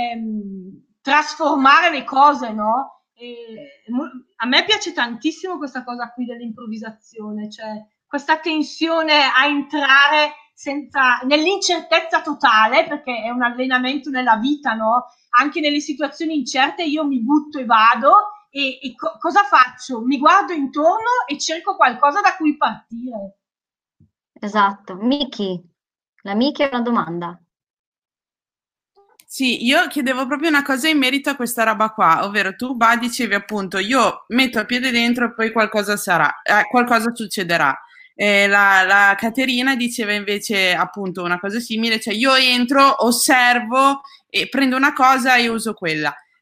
trasformare le cose, no? A me piace tantissimo questa cosa qui dell'improvvisazione, cioè questa tensione a entrare nell'incertezza totale, perché è un allenamento nella vita, no? Anche nelle situazioni incerte io mi butto e vado e cosa faccio? Mi guardo intorno e cerco qualcosa da cui partire. Esatto. Miki, la Miki ha una domanda. Sì, io chiedevo proprio una cosa in merito a questa roba qua, ovvero tu dicevi appunto io metto a piede dentro e poi qualcosa sarà, qualcosa succederà. La Caterina diceva invece appunto una cosa simile, cioè io entro, osservo e prendo una cosa e uso quella.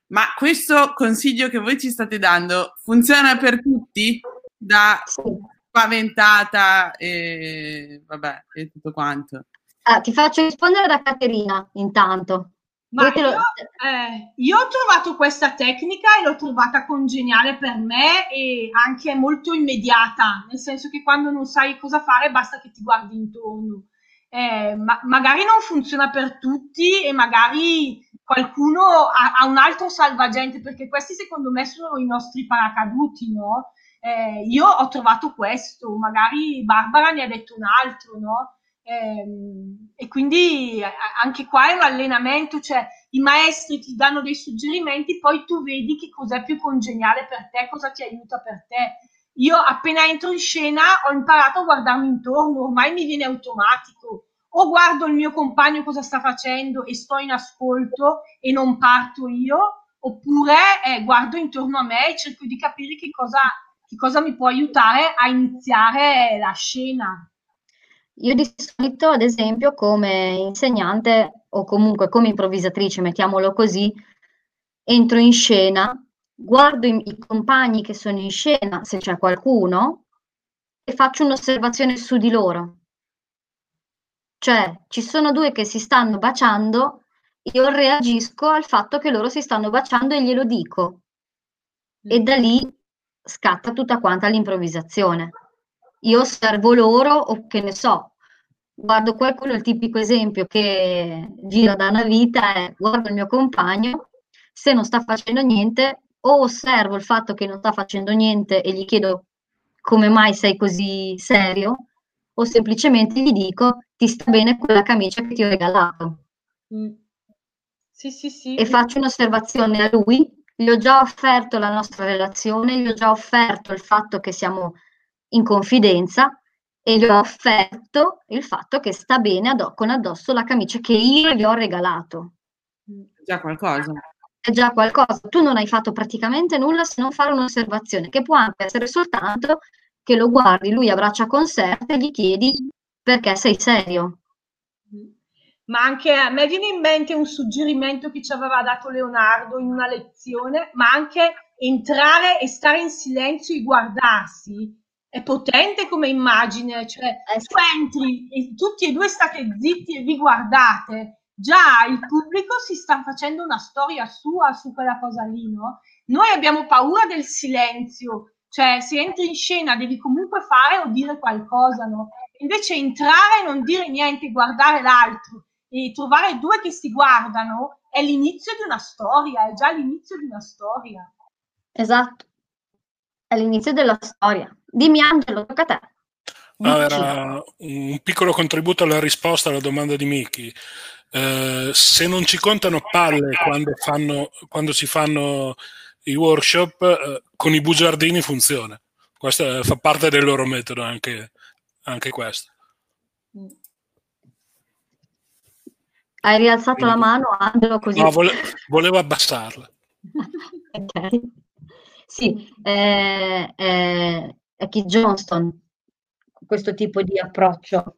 Ma questo consiglio che voi ci state dando funziona per tutti? Da spaventata e vabbè, e tutto quanto. Ti faccio rispondere da Caterina intanto. Ma io ho trovato questa tecnica e l'ho trovata congeniale per me e anche molto immediata, nel senso che quando non sai cosa fare basta che ti guardi intorno. Magari non funziona per tutti e magari qualcuno ha un altro salvagente, perché questi secondo me sono i nostri paracaduti, no? Io ho trovato questo, magari Barbara ne ha detto un altro, no? E quindi anche qua è un allenamento, cioè i maestri ti danno dei suggerimenti, poi tu vedi che cos'è più congeniale per te, cosa ti aiuta per te. Io appena entro in scena ho imparato a guardarmi intorno, ormai mi viene automatico, o guardo il mio compagno cosa sta facendo e sto in ascolto e non parto io, oppure guardo intorno a me e cerco di capire che cosa mi può aiutare a iniziare la scena. Io di solito, ad esempio, come insegnante o comunque come improvvisatrice, mettiamolo così, entro in scena, guardo i compagni che sono in scena, se c'è qualcuno, e faccio un'osservazione su di loro. Cioè, ci sono due che si stanno baciando, io reagisco al fatto che loro si stanno baciando e glielo dico. E da lì scatta tutta quanta l'improvvisazione. Io osservo loro o che ne so, guardo qualcuno, il tipico esempio che gira da una vita è guardo il mio compagno, se non sta facendo niente o osservo il fatto che non sta facendo niente e gli chiedo come mai sei così serio o semplicemente gli dico ti sta bene quella camicia che ti ho regalato. Sì. E faccio un'osservazione a lui, gli ho già offerto la nostra relazione, gli ho già offerto il fatto che siamo in confidenza e gli ho offerto il fatto che sta bene con addosso la camicia che io gli ho regalato. Già qualcosa. È già qualcosa. Tu non hai fatto praticamente nulla se non fare un'osservazione, che può anche essere soltanto che lo guardi, lui a braccia conserte e gli chiedi perché sei serio. Ma anche a me viene in mente un suggerimento che ci aveva dato Leonardo in una lezione, ma anche entrare e stare in silenzio e guardarsi è potente come immagine, cioè tu entri e tutti e due state zitti e vi guardate, già il pubblico si sta facendo una storia sua su quella cosa lì, no? Noi abbiamo paura del silenzio, cioè se entri in scena devi comunque fare o dire qualcosa, no? Invece entrare e non dire niente, guardare l'altro e trovare due che si guardano è l'inizio di una storia, è già l'inizio di una storia. Esatto, è l'inizio della storia. Dimmi Angelo, tocca a te. Era un piccolo contributo alla risposta alla domanda di Miki. Se non ci contano palle quando si fanno i workshop, con i bugiardini funziona. Questo fa parte del loro metodo anche questo. Hai rialzato la mano, Angelo, così? No, volevo abbassarla. Ok. Sì, è Keith Johnston, questo tipo di approccio.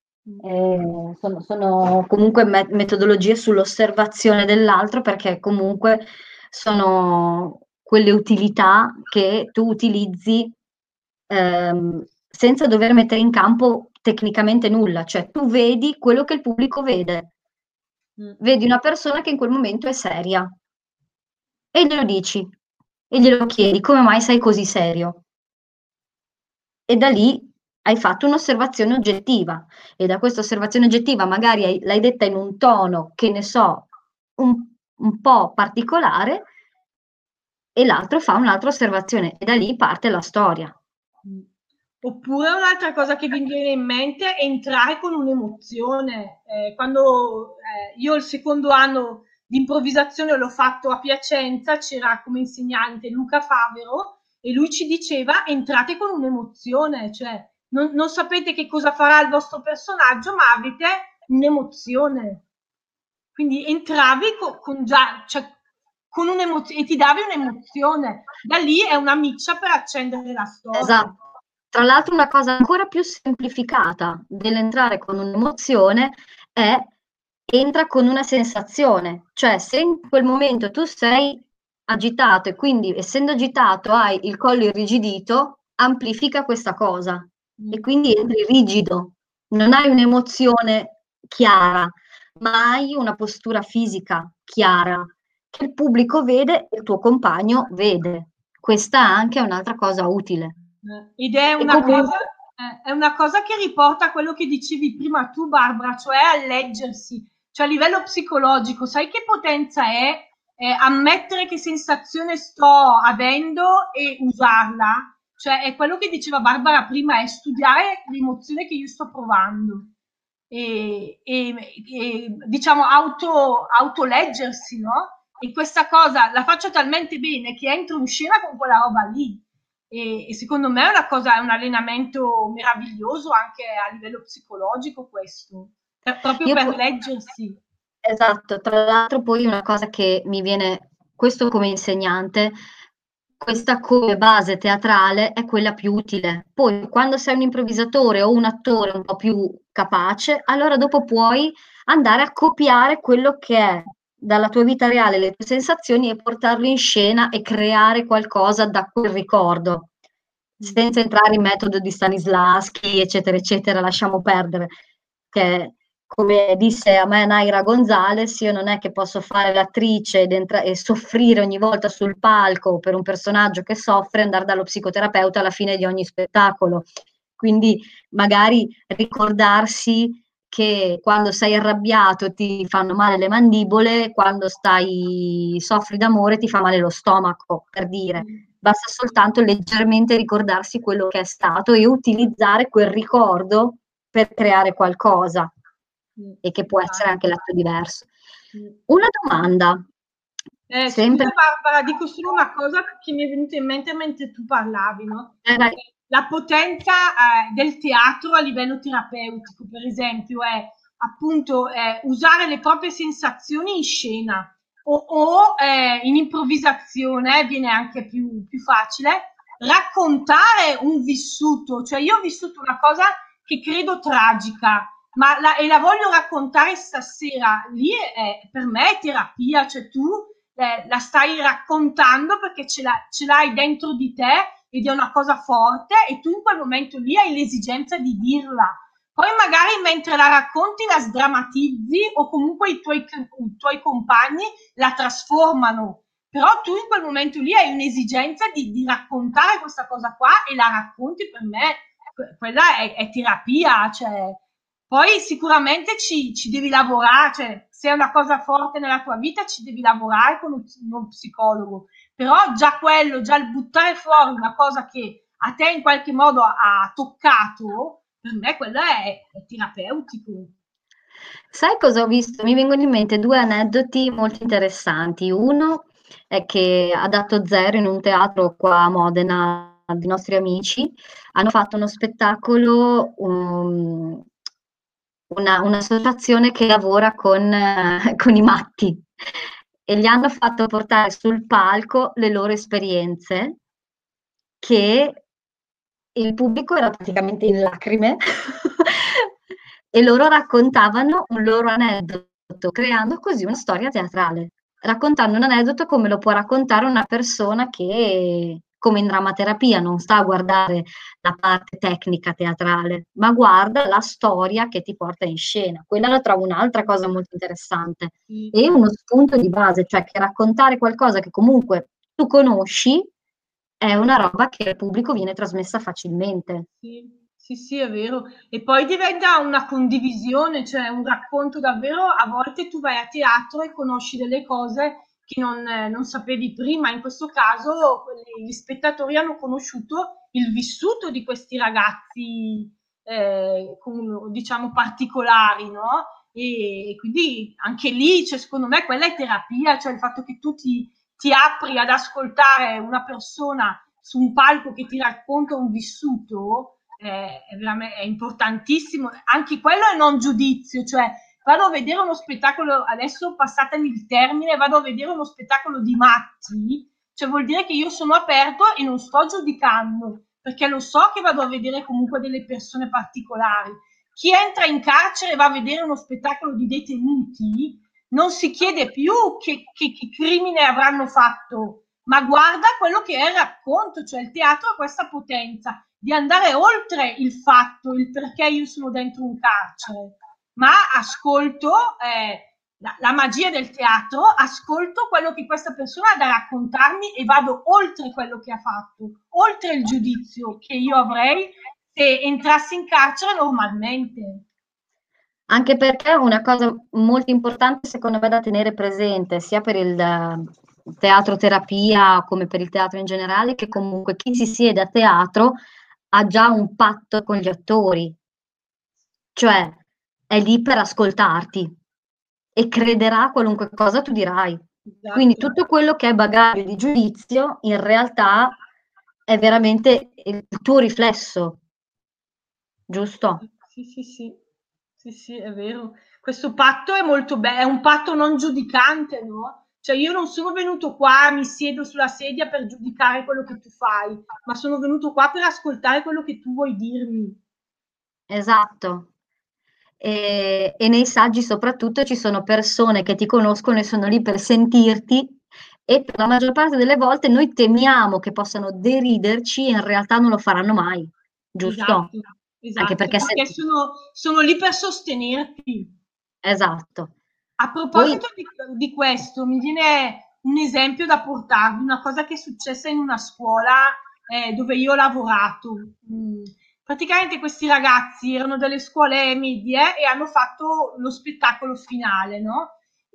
Sono comunque metodologie sull'osservazione dell'altro, perché comunque sono quelle utilità che tu utilizzi senza dover mettere in campo tecnicamente nulla, cioè tu vedi quello che il pubblico vede. Vedi una persona che in quel momento è seria e glielo dici e glielo chiedi come mai sei così serio, e da lì hai fatto un'osservazione oggettiva e da questa osservazione oggettiva magari l'hai detta in un tono, che ne so, un po' particolare, e l'altro fa un'altra osservazione e da lì parte la storia. Oppure un'altra cosa che mi viene in mente è entrare con un'emozione. Quando io il secondo anno di improvvisazione l'ho fatto a Piacenza, c'era come insegnante Luca Favero e lui ci diceva entrate con un'emozione, cioè non sapete che cosa farà il vostro personaggio, ma avete un'emozione. Quindi entravi con un'emozione e ti davi un'emozione. Da lì è una miccia per accendere la storia. Esatto. Tra l'altro una cosa ancora più semplificata dell'entrare con un'emozione è entra con una sensazione, cioè se in quel momento tu sei agitato e quindi essendo agitato hai il collo irrigidito, amplifica questa cosa e quindi entri rigido, non hai un'emozione chiara, ma hai una postura fisica chiara che il pubblico vede e il tuo compagno vede. Questa anche è un'altra cosa utile. Ed è una cosa che riporta a quello che dicevi prima tu, Barbara, cioè a leggersi, cioè a livello psicologico, sai che potenza è ammettere che sensazione sto avendo e usarla? Cioè è quello che diceva Barbara prima, è studiare l'emozione che io sto provando e diciamo autoleggersi, no? E questa cosa la faccio talmente bene che entro in scena con quella roba lì. E secondo me è un allenamento meraviglioso anche a livello psicologico questo, proprio per leggersi. Esatto, tra l'altro poi una cosa che mi viene, questo come insegnante, questa come base teatrale è quella più utile. Poi quando sei un improvvisatore o un attore un po' più capace, allora dopo puoi andare a copiare quello che è dalla tua vita reale, le tue sensazioni e portarlo in scena e creare qualcosa da quel ricordo. Senza entrare in metodo di Stanislavski, eccetera, eccetera, lasciamo perdere. Che, come disse a me Naira Gonzalez, io non è che posso fare l'attrice e soffrire ogni volta sul palco per un personaggio che soffre e andare dallo psicoterapeuta alla fine di ogni spettacolo. Quindi magari ricordarsi che quando sei arrabbiato ti fanno male le mandibole, quando soffri d'amore ti fa male lo stomaco, per dire. Basta soltanto leggermente ricordarsi quello che è stato e utilizzare quel ricordo per creare qualcosa e che può essere anche l'atto diverso. Una domanda. Scusa Barbara, dico solo una cosa che mi è venuta in mente mentre tu parlavi, no? La potenza del teatro a livello terapeutico, per esempio, è appunto usare le proprie sensazioni in scena o in improvvisazione, viene anche più facile, raccontare un vissuto. Cioè io ho vissuto una cosa che credo tragica, e la voglio raccontare stasera. Lì per me è terapia, cioè tu la stai raccontando perché ce l'hai dentro di te ed è una cosa forte e tu in quel momento lì hai l'esigenza di dirla. Poi magari mentre la racconti la sdrammatizzi o comunque i tuoi compagni la trasformano, però tu in quel momento lì hai un'esigenza di raccontare questa cosa qua e la racconti. Per me quella è terapia, cioè. Poi sicuramente ci devi lavorare, cioè se è una cosa forte nella tua vita ci devi lavorare con uno psicologo, però già il buttare fuori una cosa che a te in qualche modo ha toccato, per me quello è terapeutico. Sai cosa ho visto? Mi vengono in mente due aneddoti molto interessanti. Uno è che a Dato Zero, in un teatro qua a Modena, di nostri amici, hanno fatto uno spettacolo, un'associazione che lavora con i matti e gli hanno fatto portare sul palco le loro esperienze, che il pubblico era praticamente in lacrime e loro raccontavano un loro aneddoto, creando così una storia teatrale, raccontando un aneddoto come lo può raccontare una persona che, come in drammaterapia, non sta a guardare la parte tecnica teatrale, ma guarda la storia che ti porta in scena. Quella la trovo un'altra cosa molto interessante e uno spunto di base, cioè che raccontare qualcosa che comunque tu conosci è una roba che al pubblico viene trasmessa facilmente. Sì, è vero. E poi diventa una condivisione, cioè un racconto davvero. A volte tu vai a teatro e conosci delle cose che non sapevi prima. In questo caso gli spettatori hanno conosciuto il vissuto di questi ragazzi, diciamo, particolari, no? E quindi anche lì, cioè, secondo me, quella è terapia, cioè il fatto che tu ti apri ad ascoltare una persona su un palco che ti racconta un vissuto, è importantissimo. Anche quello è non giudizio, cioè vado a vedere uno spettacolo, adesso passatemi il termine, vado a vedere uno spettacolo di matti, cioè vuol dire che io sono aperto e non sto giudicando, perché lo so che vado a vedere comunque delle persone particolari. Chi entra in carcere e va a vedere uno spettacolo di detenuti non si chiede più che crimine avranno fatto, ma guarda quello che è il racconto, cioè il teatro ha questa potenza di andare oltre il fatto, il perché io sono dentro un carcere, ma ascolto la magia del teatro, ascolto quello che questa persona ha da raccontarmi e vado oltre quello che ha fatto, oltre il giudizio che io avrei se entrassi in carcere normalmente. Anche perché una cosa molto importante secondo me da tenere presente sia per il teatro terapia come per il teatro in generale, che comunque chi si siede a teatro ha già un patto con gli attori, cioè è lì per ascoltarti e crederà a qualunque cosa tu dirai. Esatto. Quindi tutto quello che è bagaglio di giudizio in realtà è veramente il tuo riflesso, giusto? Sì, è vero. Questo patto è molto bello, è un patto non giudicante, no? Cioè io non sono venuto qua, mi siedo sulla sedia per giudicare quello che tu fai, ma sono venuto qua per ascoltare quello che tu vuoi dirmi. Esatto. E nei saggi soprattutto ci sono persone che ti conoscono e sono lì per sentirti, e per la maggior parte delle volte noi temiamo che possano deriderci e in realtà non lo faranno mai, giusto? Esatto, Anche perché sono lì per sostenerti. Esatto. A proposito di questo, mi viene un esempio da portarvi, una cosa che è successa in una scuola dove io ho lavorato. Praticamente questi ragazzi erano delle scuole medie e hanno fatto lo spettacolo finale, no?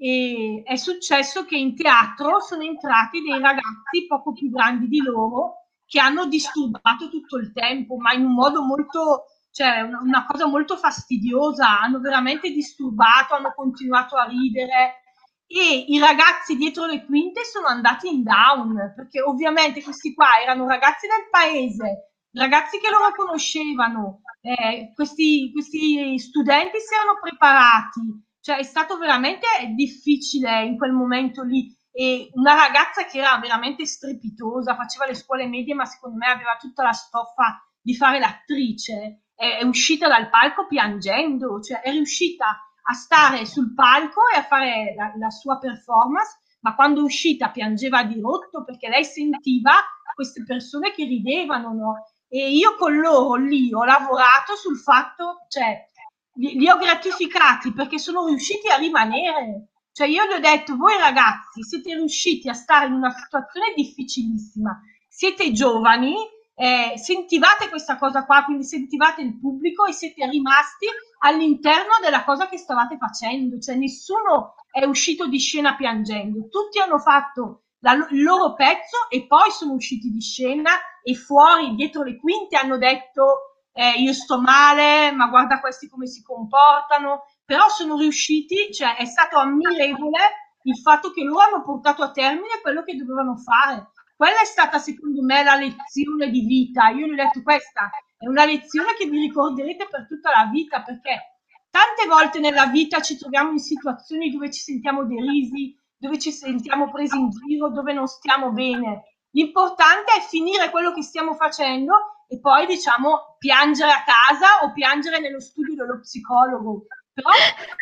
E è successo che in teatro sono entrati dei ragazzi poco più grandi di loro che hanno disturbato tutto il tempo, ma in un modo molto, cioè una cosa molto fastidiosa, hanno veramente disturbato, hanno continuato a ridere e i ragazzi dietro le quinte sono andati in down, perché ovviamente questi qua erano ragazzi del paese, ragazzi che loro conoscevano, questi studenti si erano preparati, cioè è stato veramente difficile in quel momento lì. E una ragazza che era veramente strepitosa, faceva le scuole medie, ma secondo me aveva tutta la stoffa di fare l'attrice, è uscita dal palco piangendo, cioè è riuscita a stare sul palco e a fare la sua performance, ma quando è uscita piangeva di rotto perché lei sentiva queste persone che ridevano, no? E io con loro lì ho lavorato sul fatto, cioè li ho gratificati perché sono riusciti a rimanere. Cioè io gli ho detto, voi ragazzi siete riusciti a stare in una situazione difficilissima, siete giovani, sentivate questa cosa qua, quindi sentivate il pubblico e siete rimasti all'interno della cosa che stavate facendo, cioè nessuno è uscito di scena piangendo, tutti hanno fatto il loro pezzo e poi sono usciti di scena e fuori dietro le quinte hanno detto io sto male, ma guarda questi come si comportano, però sono riusciti, cioè è stato ammirevole il fatto che loro hanno portato a termine quello che dovevano fare. Quella è stata secondo me la lezione di vita. Io gli ho detto, questa è una lezione che vi ricorderete per tutta la vita, perché tante volte nella vita ci troviamo in situazioni dove ci sentiamo derisi, dove ci sentiamo presi in giro, dove non stiamo bene. L'importante è finire quello che stiamo facendo e poi, diciamo, piangere a casa o piangere nello studio dello psicologo. Però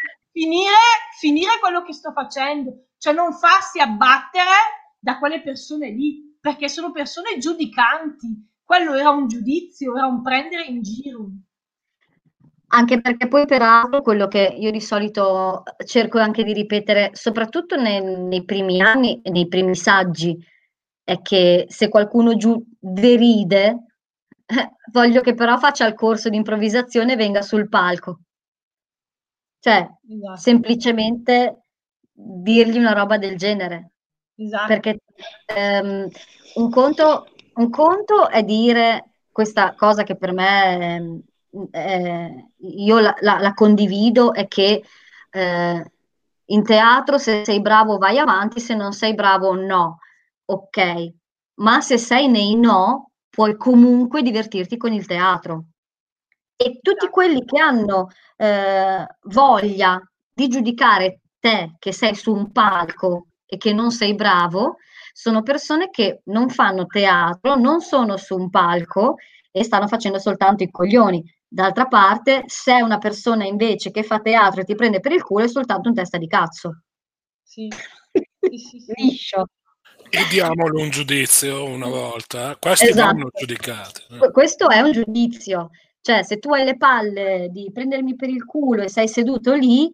finire quello che sto facendo, cioè non farsi abbattere da quelle persone lì, perché sono persone giudicanti. Quello era un giudizio, era un prendere in giro. Anche perché poi peraltro quello che io di solito cerco anche di ripetere, soprattutto nei primi anni e nei primi saggi, è che se qualcuno deride, voglio che però faccia il corso di improvvisazione e venga sul palco. Cioè, Esatto. semplicemente dirgli una roba del genere. Esatto. Perché un conto è dire questa cosa che per me io la condivido, è che in teatro se sei bravo vai avanti, se non sei bravo no, ok, ma se sei nei no puoi comunque divertirti con il teatro. E tutti quelli che hanno voglia di giudicare te che sei su un palco e che non sei bravo, sono persone che non fanno teatro, non sono su un palco e stanno facendo soltanto i coglioni. D'altra parte, se è una persona invece che fa teatro e ti prende per il culo, è soltanto un testa di cazzo. Sì. Liscio. E diamolo un giudizio una volta. Questi Esatto. vanno giudicati. Questo è un giudizio. Cioè, se tu hai le palle di prendermi per il culo e sei seduto lì,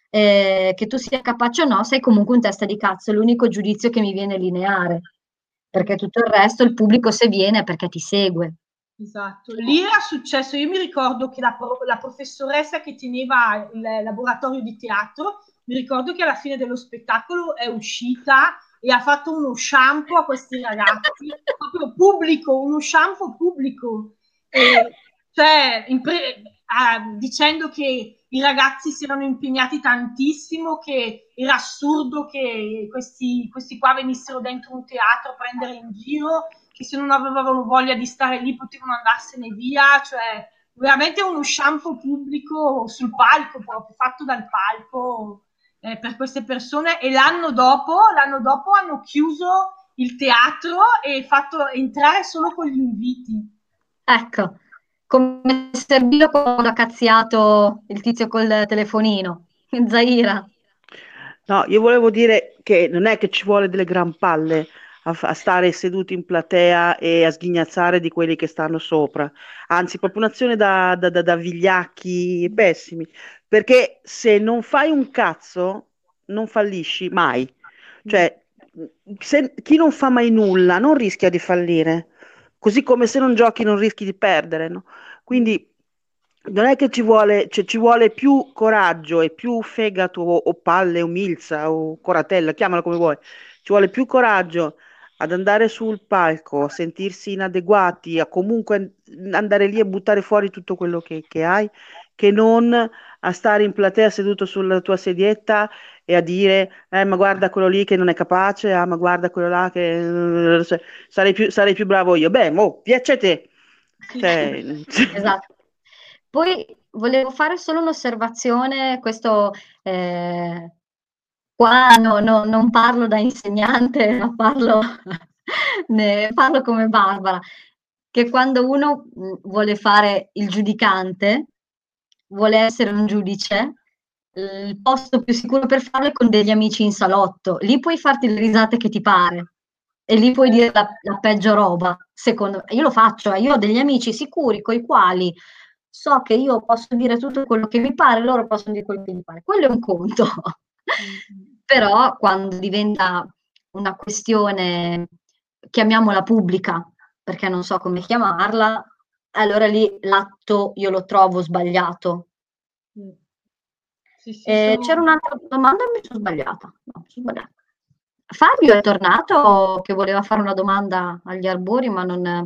che tu sia capace o no, sei comunque un testa di cazzo. È l'unico giudizio che mi viene lineare. Perché tutto il resto, il pubblico se viene è perché ti segue. Esatto, lì era successo, io mi ricordo che la professoressa che teneva il laboratorio di teatro, mi ricordo che alla fine dello spettacolo è uscita e ha fatto uno shampoo a questi ragazzi, proprio pubblico, uno shampoo pubblico, cioè, dicendo che i ragazzi si erano impegnati tantissimo, che era assurdo che questi qua venissero dentro un teatro a prendere in giro, che se non avevano voglia di stare lì potevano andarsene via, cioè veramente uno shampoo pubblico sul palco, proprio fatto dal palco per queste persone. E l'anno dopo hanno chiuso il teatro e fatto entrare solo con gli inviti. Ecco, come Servillo quando ha cazziato il tizio col telefonino, Zaira. No, io volevo dire che non è che ci vuole delle gran palle a stare seduti in platea e a sghignazzare di quelli che stanno sopra, anzi, proprio un'azione da vigliacchi pessimi, perché se non fai un cazzo non fallisci mai. Cioè, chi non fa mai nulla non rischia di fallire, così come se non giochi non rischi di perdere, no? Quindi non è che ci vuole, cioè, ci vuole più coraggio e più fegato o palle o milza o coratella, chiamala come vuoi. Ci vuole più coraggio ad andare sul palco, a sentirsi inadeguati, a comunque andare lì e buttare fuori tutto quello che hai, che non a stare in platea seduto sulla tua sedietta e a dire, ma guarda quello lì che non è capace, ma guarda quello là che sarei più bravo io. Beh, piace a te. Cioè, Esatto. Poi volevo fare solo un'osservazione, questo qua non parlo da insegnante, ma parlo come Barbara, che quando uno vuole fare il giudicante, vuole essere un giudice, il posto più sicuro per farlo è con degli amici in salotto. Lì puoi farti le risate che ti pare e lì puoi dire la peggio roba. Secondo me, io lo faccio, io ho degli amici sicuri coi quali so che io posso dire tutto quello che mi pare, loro possono dire quello che mi pare. Quello è un conto. Però quando diventa una questione, chiamiamola pubblica, perché non so come chiamarla, allora lì l'atto io lo trovo sbagliato. Sì, C'era un'altra domanda, mi sono sbagliata. No, sono sbagliata. Fabio è tornato che voleva fare una domanda agli arbori, ma non...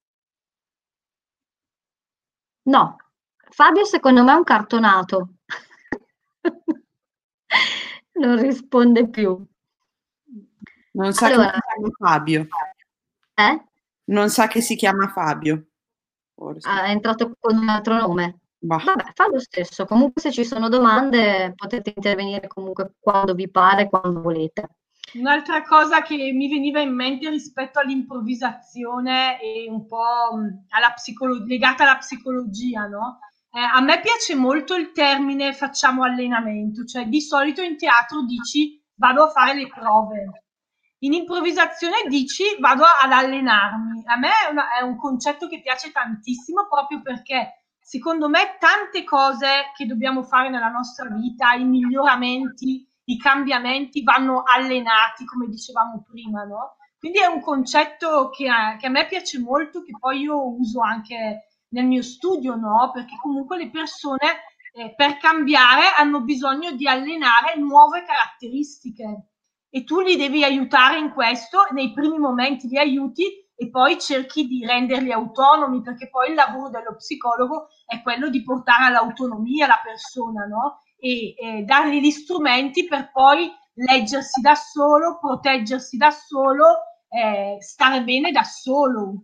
No, Fabio secondo me è un cartonato. Non risponde più. Non sa Allora, che si chiama Fabio. Non sa che si chiama Fabio. Forse. È entrato con un altro nome. Bah. Vabbè, fa lo stesso. Comunque se ci sono domande potete intervenire comunque quando vi pare, quando volete. Un'altra cosa che mi veniva in mente rispetto all'improvvisazione e un po' legata alla psicologia, no? A me piace molto il termine facciamo allenamento, cioè di solito in teatro dici vado a fare le prove, in improvvisazione dici vado ad allenarmi. A me è un concetto che piace tantissimo proprio perché secondo me tante cose che dobbiamo fare nella nostra vita, i miglioramenti, i cambiamenti vanno allenati, come dicevamo prima, no? Quindi è un concetto che a me piace molto, che poi io uso anche nel mio studio, no? Perché comunque le persone per cambiare hanno bisogno di allenare nuove caratteristiche e tu li devi aiutare in questo, nei primi momenti li aiuti e poi cerchi di renderli autonomi, perché poi il lavoro dello psicologo è quello di portare all'autonomia la persona, no? E dargli gli strumenti per poi leggersi da solo, proteggersi da solo, stare bene da solo.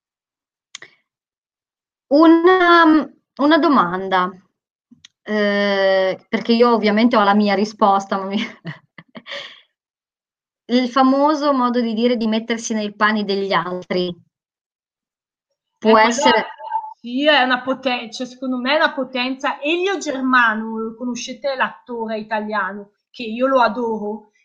Una domanda, perché io ovviamente ho la mia risposta, ma il famoso modo di dire di mettersi nei panni degli altri può essere... Sì, è una potenza, secondo me è una potenza. Elio Germano, lo conoscete l'attore italiano, che io lo adoro.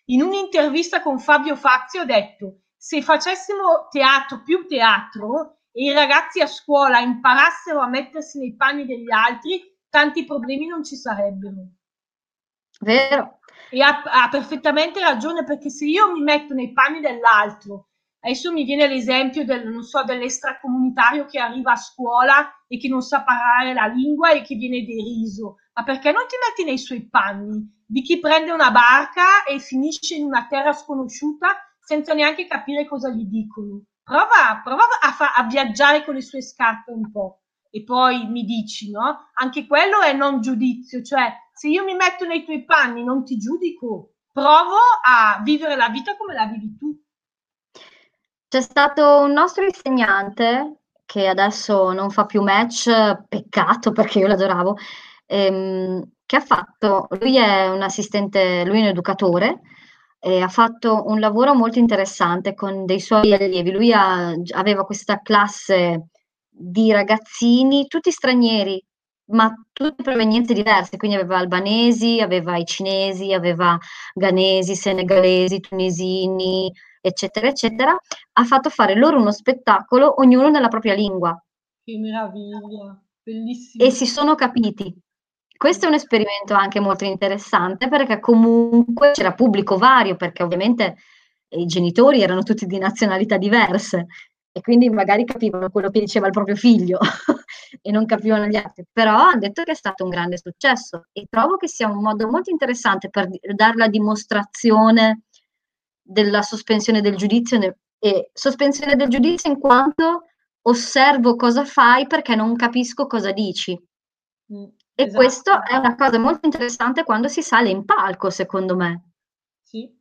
in un'intervista con Fabio Fazio ho detto: se facessimo teatro più teatro e i ragazzi a scuola imparassero a mettersi nei panni degli altri, tanti problemi non ci sarebbero. Vero. E ha perfettamente ragione, perché se io mi metto nei panni dell'altro, adesso mi viene l'esempio dell'extracomunitario che arriva a scuola e che non sa parlare la lingua e che viene deriso, ma perché non ti metti nei suoi panni di chi prende una barca e finisce in una terra sconosciuta senza neanche capire cosa gli dicono? Prova a viaggiare con le sue scarpe un po'. E poi mi dici, no? Anche quello è non giudizio, cioè se io mi metto nei tuoi panni non ti giudico, provo a vivere la vita come la vivi tu. C'è stato un nostro insegnante che adesso non fa più match, peccato perché io l'adoravo, che ha fatto, lui è un assistente, lui è un educatore, e ha fatto un lavoro molto interessante con dei suoi allievi. Lui aveva questa classe di ragazzini, tutti stranieri, ma tutte provenienze diverse, quindi aveva albanesi, aveva i cinesi, aveva ghanesi, senegalesi, tunisini, eccetera, eccetera. Ha fatto fare loro uno spettacolo, ognuno nella propria lingua. Che meraviglia, bellissimo. E si sono capiti. Questo è un esperimento anche molto interessante, perché comunque c'era pubblico vario, perché ovviamente i genitori erano tutti di nazionalità diverse e quindi magari capivano quello che diceva il proprio figlio e non capivano gli altri, però hanno detto che è stato un grande successo e trovo che sia un modo molto interessante per dare la dimostrazione della sospensione del giudizio, e sospensione del giudizio in quanto osservo cosa fai perché non capisco cosa dici. E esatto. questo è una cosa molto interessante quando si sale in palco, secondo me. Sì.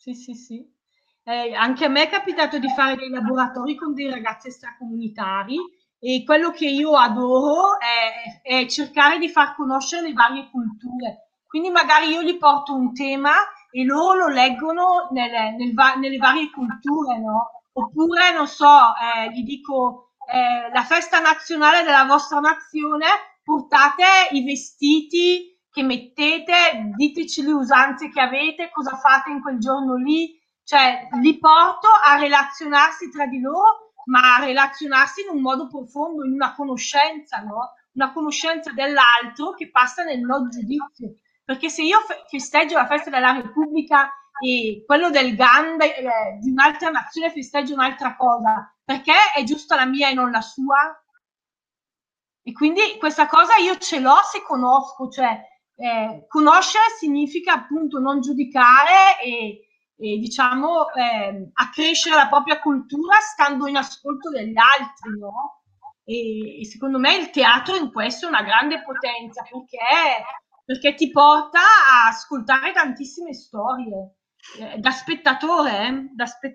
Anche a me è capitato di fare dei laboratori con dei ragazzi extracomunitari e quello che io adoro è cercare di far conoscere le varie culture. Quindi magari io gli porto un tema e loro lo leggono nelle varie culture, no? Oppure, non so, gli dico la festa nazionale della vostra nazione, portate i vestiti che mettete, diteci le usanze che avete, cosa fate in quel giorno lì, cioè li porto a relazionarsi tra di loro, ma a relazionarsi in un modo profondo, in una conoscenza, no? Una conoscenza dell'altro che passa nel non giudizio. Perché se io festeggio la festa della Repubblica e quello del Gandhi di un'altra nazione festeggia un'altra cosa, perché è giusta la mia e non la sua? E quindi questa cosa io ce l'ho se conosco, cioè conoscere significa appunto non giudicare e diciamo accrescere la propria cultura stando in ascolto degli altri, no? E secondo me il teatro in questo è una grande potenza perché ti porta a ascoltare tantissime storie. Da spettatore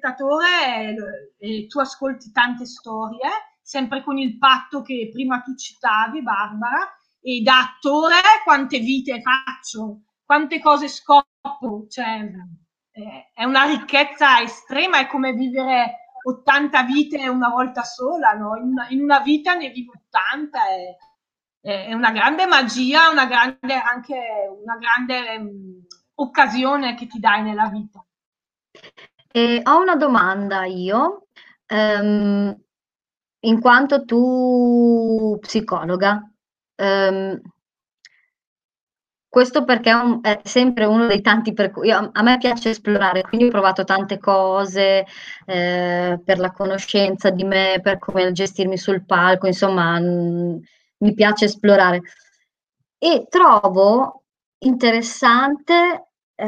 tu ascolti tante storie, sempre con il patto che prima tu citavi, Barbara, e da attore quante vite faccio, quante cose scopro, cioè è una ricchezza estrema, è come vivere 80 vite una volta sola, no? In una vita ne vivo 80, è una grande magia, una grande occasione che ti dai nella vita. Ho una domanda io, in quanto tu psicologa, questo perché è sempre uno dei tanti a me piace esplorare, quindi ho provato tante cose per la conoscenza di me, per come gestirmi sul palco, insomma, mi piace esplorare. E trovo interessante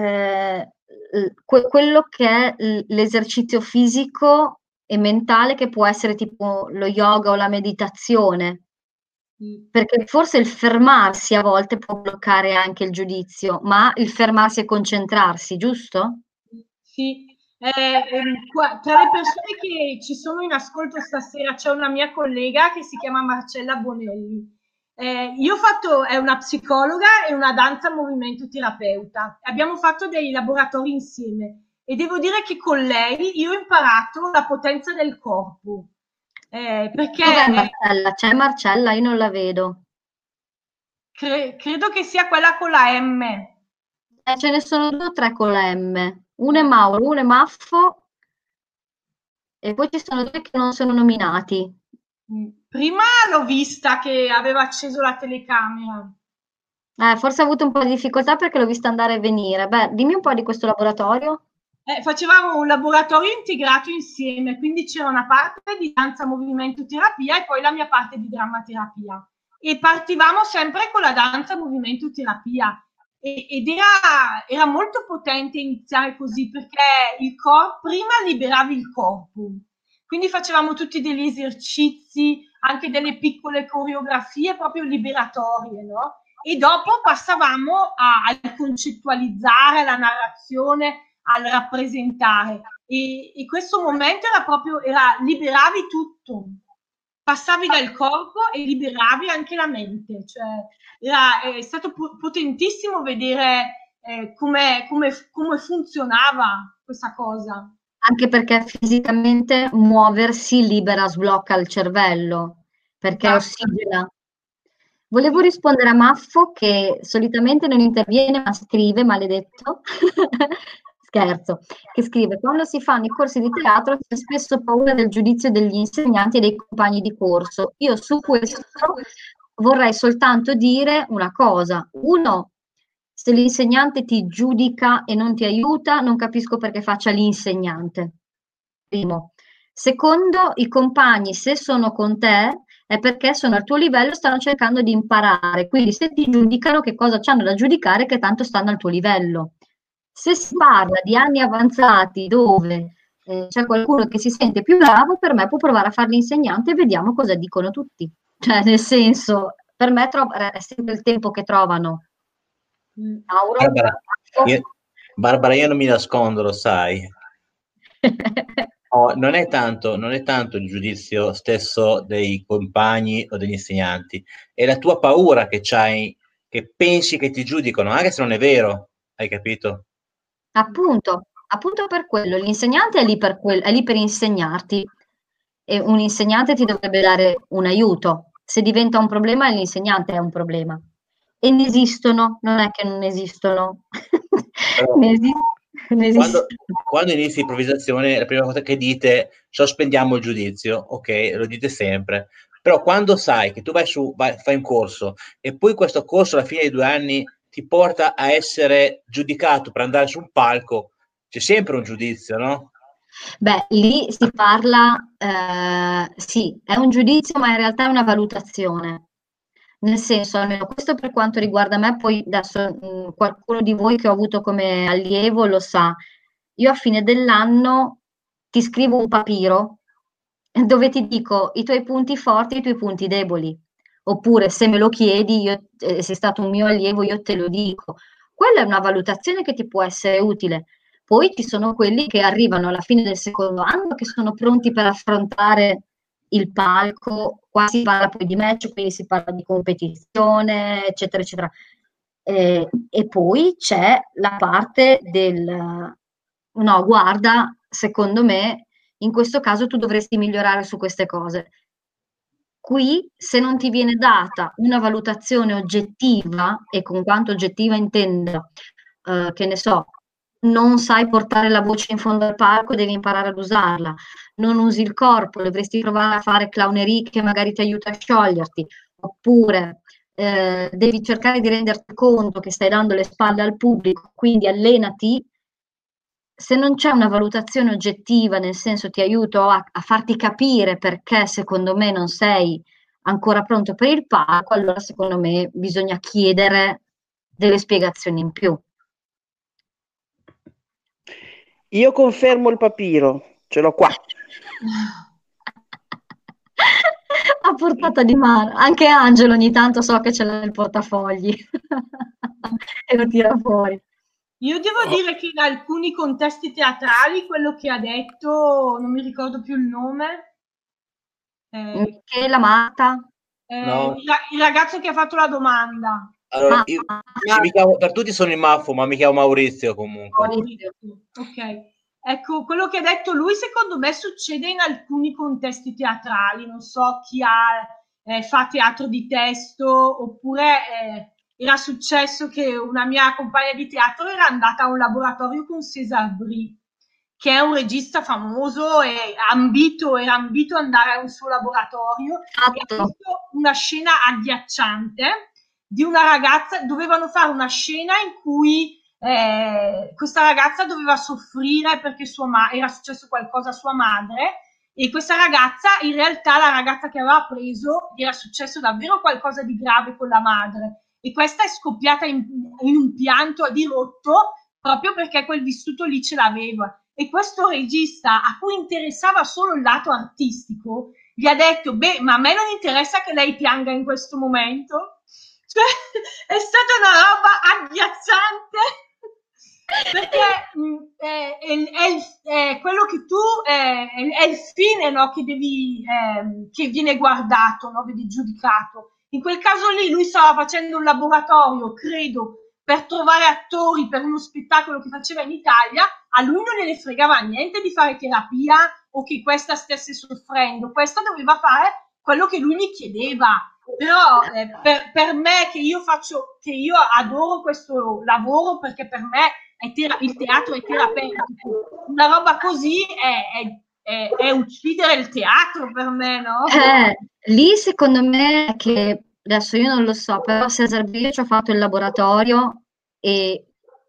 quello che è l'esercizio fisico e mentale che può essere tipo lo yoga o la meditazione, perché forse il fermarsi a volte può bloccare anche il giudizio, ma il fermarsi e concentrarsi, giusto? Sì. Tra le persone che ci sono in ascolto stasera c'è una mia collega che si chiama Marcella Bonelli. È una psicologa e una danza movimento terapeuta. Abbiamo fatto dei laboratori insieme e devo dire che con lei io ho imparato la potenza del corpo. Perché dov'è Marcella? C'è Marcella? Io non la vedo. Credo che sia quella con la M. Ce ne sono 2 o 3 con la M. Uno è Mauro, uno è Maffo e poi ci sono due che non sono nominati. Prima l'ho vista che aveva acceso la telecamera. Forse ha avuto un po' di difficoltà perché l'ho vista andare e venire. Beh, dimmi un po' di questo laboratorio. Facevamo un laboratorio integrato insieme, quindi c'era una parte di danza, movimento, terapia e poi la mia parte di drammaterapia. E partivamo sempre con la danza, movimento, terapia. Ed era molto potente iniziare così, perché prima liberavi il corpo. Quindi facevamo tutti degli esercizi, anche delle piccole coreografie proprio liberatorie, no? E dopo passavamo al concettualizzare, alla narrazione, al rappresentare. E questo momento liberavi tutto. Passavi dal corpo e liberavi anche la mente. Cioè, è stato potentissimo vedere come funzionava questa cosa. Anche perché fisicamente muoversi libera, sblocca il cervello, perché ossigena. Volevo rispondere a Maffo che solitamente non interviene ma scrive, maledetto, scherzo, che scrive: quando si fanno i corsi di teatro c'è spesso paura del giudizio degli insegnanti e dei compagni di corso. Io su questo vorrei soltanto dire una cosa. Uno, se l'insegnante ti giudica e non ti aiuta, non capisco perché faccia l'insegnante. Primo. Secondo, i compagni, se sono con te, è perché sono al tuo livello e stanno cercando di imparare. Quindi se ti giudicano, che cosa c'hanno da giudicare? Che tanto stanno al tuo livello. Se si parla di anni avanzati dove c'è qualcuno che si sente più bravo, per me può provare a fare l'insegnante e vediamo cosa dicono tutti. Cioè, nel senso, per me è sempre il tempo che trovano. Mauro? Barbara, io non mi nascondo, lo sai. Non è tanto il giudizio stesso dei compagni o degli insegnanti, è la tua paura che c'hai, che pensi che ti giudicano, anche se non è vero, hai capito? Appunto per quello, l'insegnante è lì per insegnarti e un insegnante ti dovrebbe dare un aiuto. Se diventa un problema, l'insegnante è un problema. E ne esistono, non è che non esistono. Ne esistono. Quando inizi improvvisazione, la prima cosa che dite, sospendiamo il giudizio, ok, lo dite sempre, però quando sai che tu fai un corso e poi questo corso alla fine dei 2 anni ti porta a essere giudicato per andare su un palco, c'è sempre un giudizio, no? Beh, lì si parla, sì, è un giudizio, ma in realtà è una valutazione. Nel senso, almeno questo per quanto riguarda me, poi adesso qualcuno di voi che ho avuto come allievo lo sa. Io a fine dell'anno ti scrivo un papiro dove ti dico i tuoi punti forti e i tuoi punti deboli. Oppure se me lo chiedi, sei stato un mio allievo, io te lo dico. Quella è una valutazione che ti può essere utile. Poi ci sono quelli che arrivano alla fine del secondo anno che sono pronti per affrontare il palco, qua si parla poi di match, quindi si parla di competizione, eccetera, eccetera. E poi c'è la parte del no, guarda, secondo me in questo caso tu dovresti migliorare su queste cose. Qui, se non ti viene data una valutazione oggettiva, e con quanto oggettiva intendo, che ne so, non sai portare la voce in fondo al palco, devi imparare ad usarla, non usi il corpo, dovresti provare a fare clownerie che magari ti aiuta a scioglierti, oppure devi cercare di renderti conto che stai dando le spalle al pubblico, quindi allenati. Se non c'è una valutazione oggettiva, nel senso ti aiuto a farti capire perché secondo me non sei ancora pronto per il palco, allora secondo me bisogna chiedere delle spiegazioni in più. Io confermo il papiro, ce l'ho qua. A portata di mano. Anche Angelo ogni tanto so che ce l'ha nel portafogli e lo tira fuori. Io devo dire che in alcuni contesti teatrali quello che ha detto, non mi ricordo più il nome. Michela Marta? No. Il ragazzo che ha fatto la domanda. Allora, per tutti sono il Maffo, ma mi chiamo Maurizio comunque. Maurizio. Ok. Ecco, quello che ha detto lui secondo me succede in alcuni contesti teatrali, non so chi fa teatro di testo oppure era successo che una mia compagna di teatro era andata a un laboratorio con César Brie, che è un regista famoso e era ambito ad andare a un suo laboratorio, e ha visto una scena agghiacciante di una ragazza. Dovevano fare una scena in cui questa ragazza doveva soffrire perché era successo qualcosa a sua madre, e questa ragazza, in realtà la ragazza che aveva preso, gli era successo davvero qualcosa di grave con la madre, e questa è scoppiata in un pianto a dirotto proprio perché quel vissuto lì ce l'aveva. E questo regista, a cui interessava solo il lato artistico, gli ha detto: beh, ma a me non interessa che lei pianga in questo momento. Cioè, è stata una roba agghiacciante, perché è quello che tu è il fine, no, che devi che viene guardato, no, viene giudicato. In quel caso lì lui stava facendo un laboratorio, credo, per trovare attori per uno spettacolo che faceva in Italia. A lui non gliene fregava niente di fare terapia o che questa stesse soffrendo. Questa doveva fare quello che lui gli chiedeva. Però per me, che io adoro questo lavoro, perché per me il teatro è terapeutico, una roba così è uccidere il teatro per me, no? Lì secondo me, che adesso io non lo so, però César Brie ci ha fatto il laboratorio e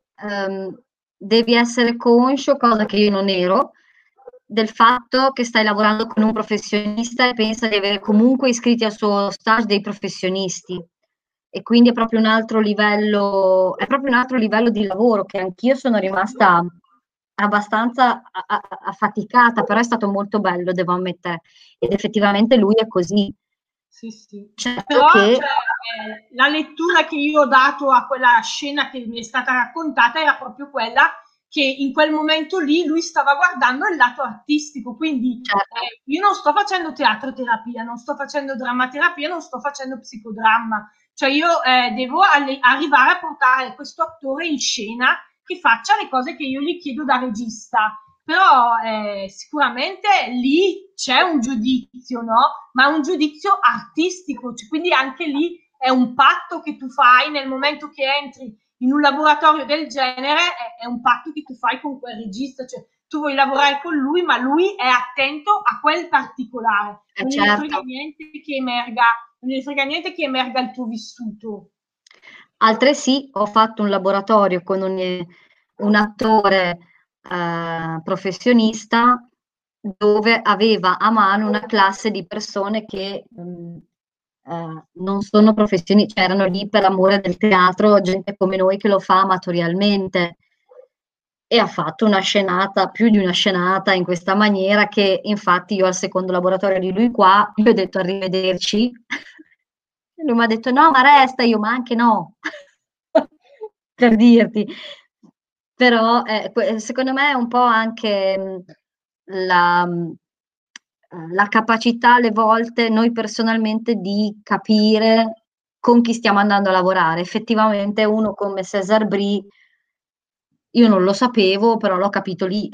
devi essere conscio, cosa che io non ero, del fatto che stai lavorando con un professionista e pensa di avere comunque iscritti al suo stage dei professionisti, e quindi è proprio un altro livello di lavoro, che anch'io sono rimasta abbastanza affaticata, però è stato molto bello, devo ammettere, ed effettivamente lui è così. Sì, sì. Certo, però che la lettura che io ho dato a quella scena che mi è stata raccontata era proprio quella che in quel momento lì lui stava guardando il lato artistico, quindi io non sto facendo teatro-terapia, non sto facendo drammaterapia, non sto facendo psicodramma, cioè io devo arrivare a portare questo attore in scena che faccia le cose che io gli chiedo da regista. Però sicuramente lì c'è un giudizio, no? Ma un giudizio artistico, cioè, quindi anche lì è un patto che tu fai nel momento che entri in un laboratorio del genere, è un patto che tu fai con quel regista, cioè tu vuoi lavorare con lui, ma lui è attento a quel particolare, non gli frega niente che emerga il tuo vissuto. Altresì ho fatto un laboratorio con un attore professionista, dove aveva a mano una classe di persone che non sono professionisti, cioè erano lì per amore del teatro, gente come noi che lo fa amatorialmente, e ha fatto una scenata, più di una scenata, in questa maniera, che infatti io al secondo laboratorio di lui qua, gli ho detto arrivederci, e lui mi ha detto no, ma resta, io ma anche no, per dirti. Però secondo me è un po' anche la capacità alle volte, noi personalmente, di capire con chi stiamo andando a lavorare. Effettivamente uno come César Brie, io non lo sapevo, però l'ho capito lì.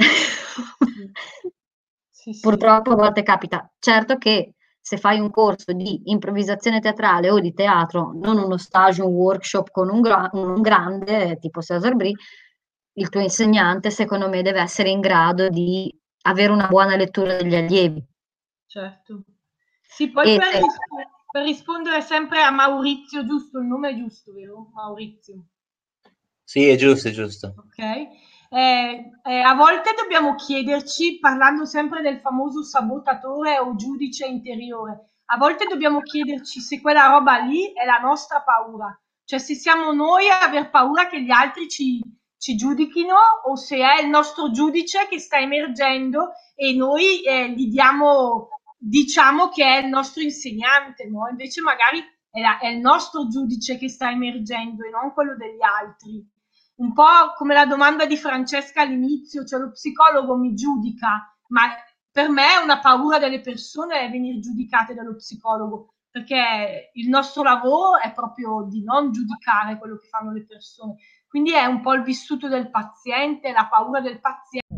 Sì, sì. Purtroppo a volte capita. Certo che se fai un corso di improvvisazione teatrale o di teatro, non uno stage, un workshop con un grande tipo César Brie, il tuo insegnante secondo me deve essere in grado di avere una buona lettura degli allievi. Certo. Sì, poi per rispondere sempre a Maurizio, giusto? Il nome è giusto, vero? Maurizio. Sì, è giusto, è giusto. Ok. A volte dobbiamo chiederci, parlando sempre del famoso sabotatore o giudice interiore, a volte dobbiamo chiederci se quella roba lì è la nostra paura, cioè se siamo noi a aver paura che gli altri ci giudichino, o se è il nostro giudice che sta emergendo e noi diciamo che è il nostro insegnante, no? Invece magari è il nostro giudice che sta emergendo e non quello degli altri. Un po' come la domanda di Francesca all'inizio, cioè lo psicologo mi giudica, ma per me è una paura delle persone venire giudicate dallo psicologo, perché il nostro lavoro è proprio di non giudicare quello che fanno le persone. Quindi è un po' il vissuto del paziente, la paura del paziente.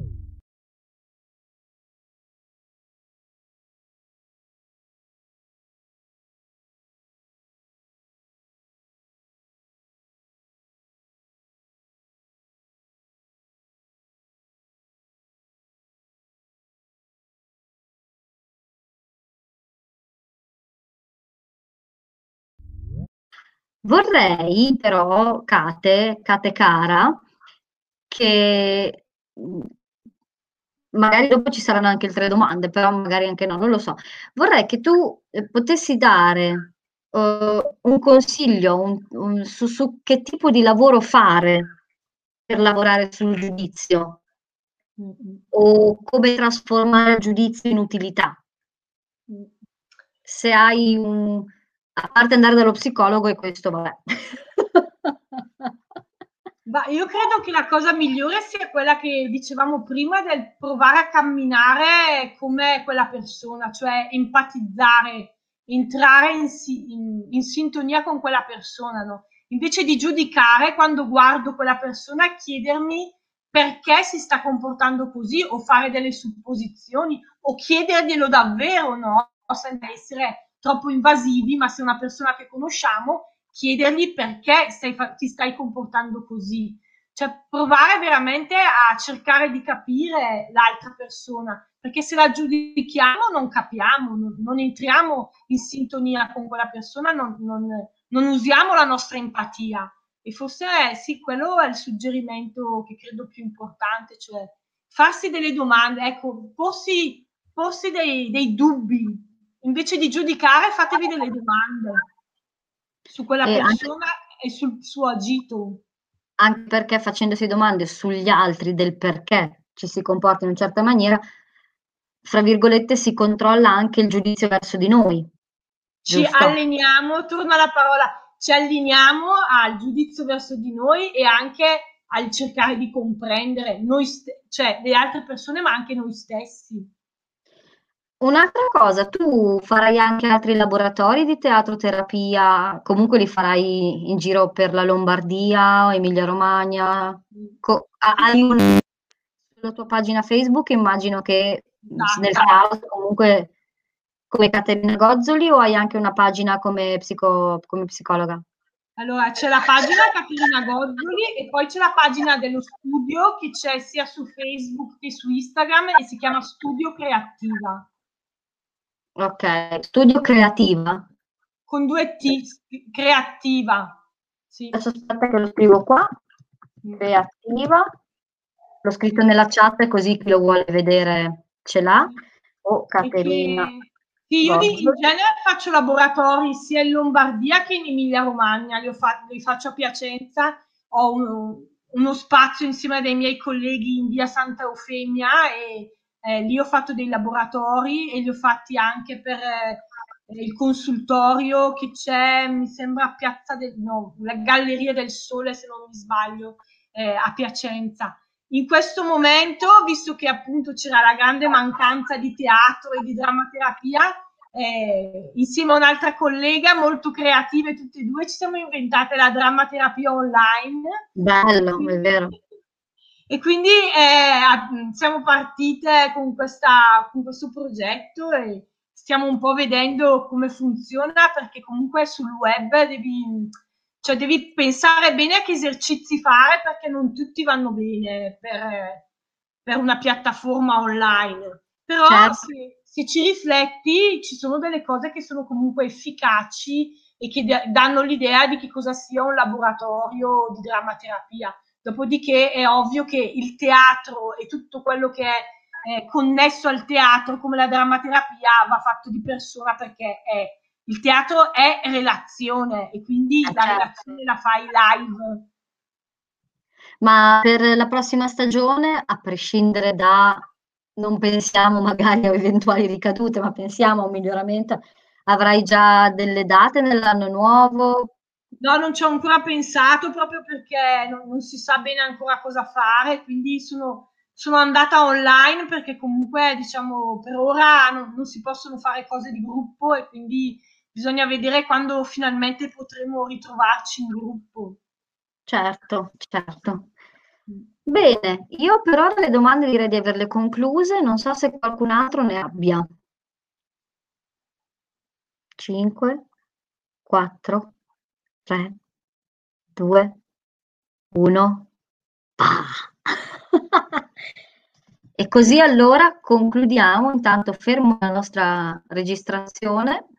Vorrei però, Kate cara, che magari dopo ci saranno anche altre domande, però magari anche no, non lo so. Vorrei che tu potessi dare un consiglio su che tipo di lavoro fare per lavorare sul giudizio o come trasformare il giudizio in utilità. Se hai a parte andare dallo psicologo e questo, vabbè. Io credo che la cosa migliore sia quella che dicevamo prima, del provare a camminare come quella persona, cioè empatizzare, entrare in sintonia con quella persona, no? Invece di giudicare, quando guardo quella persona, chiedermi perché si sta comportando così, o fare delle supposizioni, o chiederglielo davvero, no? Senza essere troppo invasivi, ma se è una persona che conosciamo, chiedergli perché ti stai comportando così. Cioè, provare veramente a cercare di capire l'altra persona, perché se la giudichiamo non capiamo, non entriamo in sintonia con quella persona, non usiamo la nostra empatia. E forse sì, quello è il suggerimento che credo più importante, cioè farsi delle domande, ecco, porsi dei dubbi, invece di giudicare fatevi delle domande su quella persona e sul suo agito. Anche perché facendosi domande sugli altri del perché ci si comporta in una certa maniera, fra virgolette, si controlla anche il giudizio verso di noi. Ci alleniamo, torna la parola, ci alliniamo al giudizio verso di noi e anche al cercare di comprendere noi cioè le altre persone, ma anche noi stessi. Un'altra cosa, tu farai anche altri laboratori di teatro-terapia, comunque li farai in giro per la Lombardia o Emilia Romagna? Hai sulla tua pagina Facebook, immagino che nel caso comunque come Caterina Gozzoli, o hai anche una pagina come psicologa? Allora, c'è la pagina Caterina Gozzoli e poi c'è la pagina dello studio che c'è sia su Facebook che su Instagram e si chiama Studio Creativa. Ok, Studio Creativa. Con 2 T, Creativa. Sì. Adesso aspetta che lo scrivo qua. Creativa. L'ho scritto nella chat così chi lo vuole vedere ce l'ha. O Caterina. Sì, io in genere faccio laboratori sia in Lombardia che in Emilia Romagna, li faccio a Piacenza, ho uno spazio insieme a dei miei colleghi in via Santa Eufemia e lì ho fatto dei laboratori e li ho fatti anche per il consultorio che c'è, mi sembra la Galleria del Sole, se non mi sbaglio, a Piacenza. In questo momento, visto che appunto c'era la grande mancanza di teatro e di drammaterapia, insieme a un'altra collega molto creative tutte e due, ci siamo inventate la drammaterapia online. Bello, è vero. E quindi siamo partite con questo progetto e stiamo un po' vedendo come funziona, perché comunque sul web devi pensare bene a che esercizi fare, perché non tutti vanno bene per una piattaforma online. Però certo. se ci rifletti, ci sono delle cose che sono comunque efficaci e che danno l'idea di che cosa sia un laboratorio di drammaterapia. Dopodiché è ovvio che il teatro e tutto quello che è connesso al teatro, come la drammaterapia, va fatto di persona, perché il teatro è relazione e quindi la relazione la fai live. Ma per la prossima stagione, a prescindere non pensiamo magari a eventuali ricadute, ma pensiamo a un miglioramento, avrai già delle date nell'anno nuovo? No, non ci ho ancora pensato, proprio perché non si sa bene ancora cosa fare, quindi sono andata online, perché comunque diciamo per ora non si possono fare cose di gruppo e quindi bisogna vedere quando finalmente potremo ritrovarci in gruppo. Certo. Bene, io per ora le domande direi di averle concluse, non so se qualcun altro ne abbia. 5, 4, 3, 2, 1. E così allora concludiamo, intanto fermo la nostra registrazione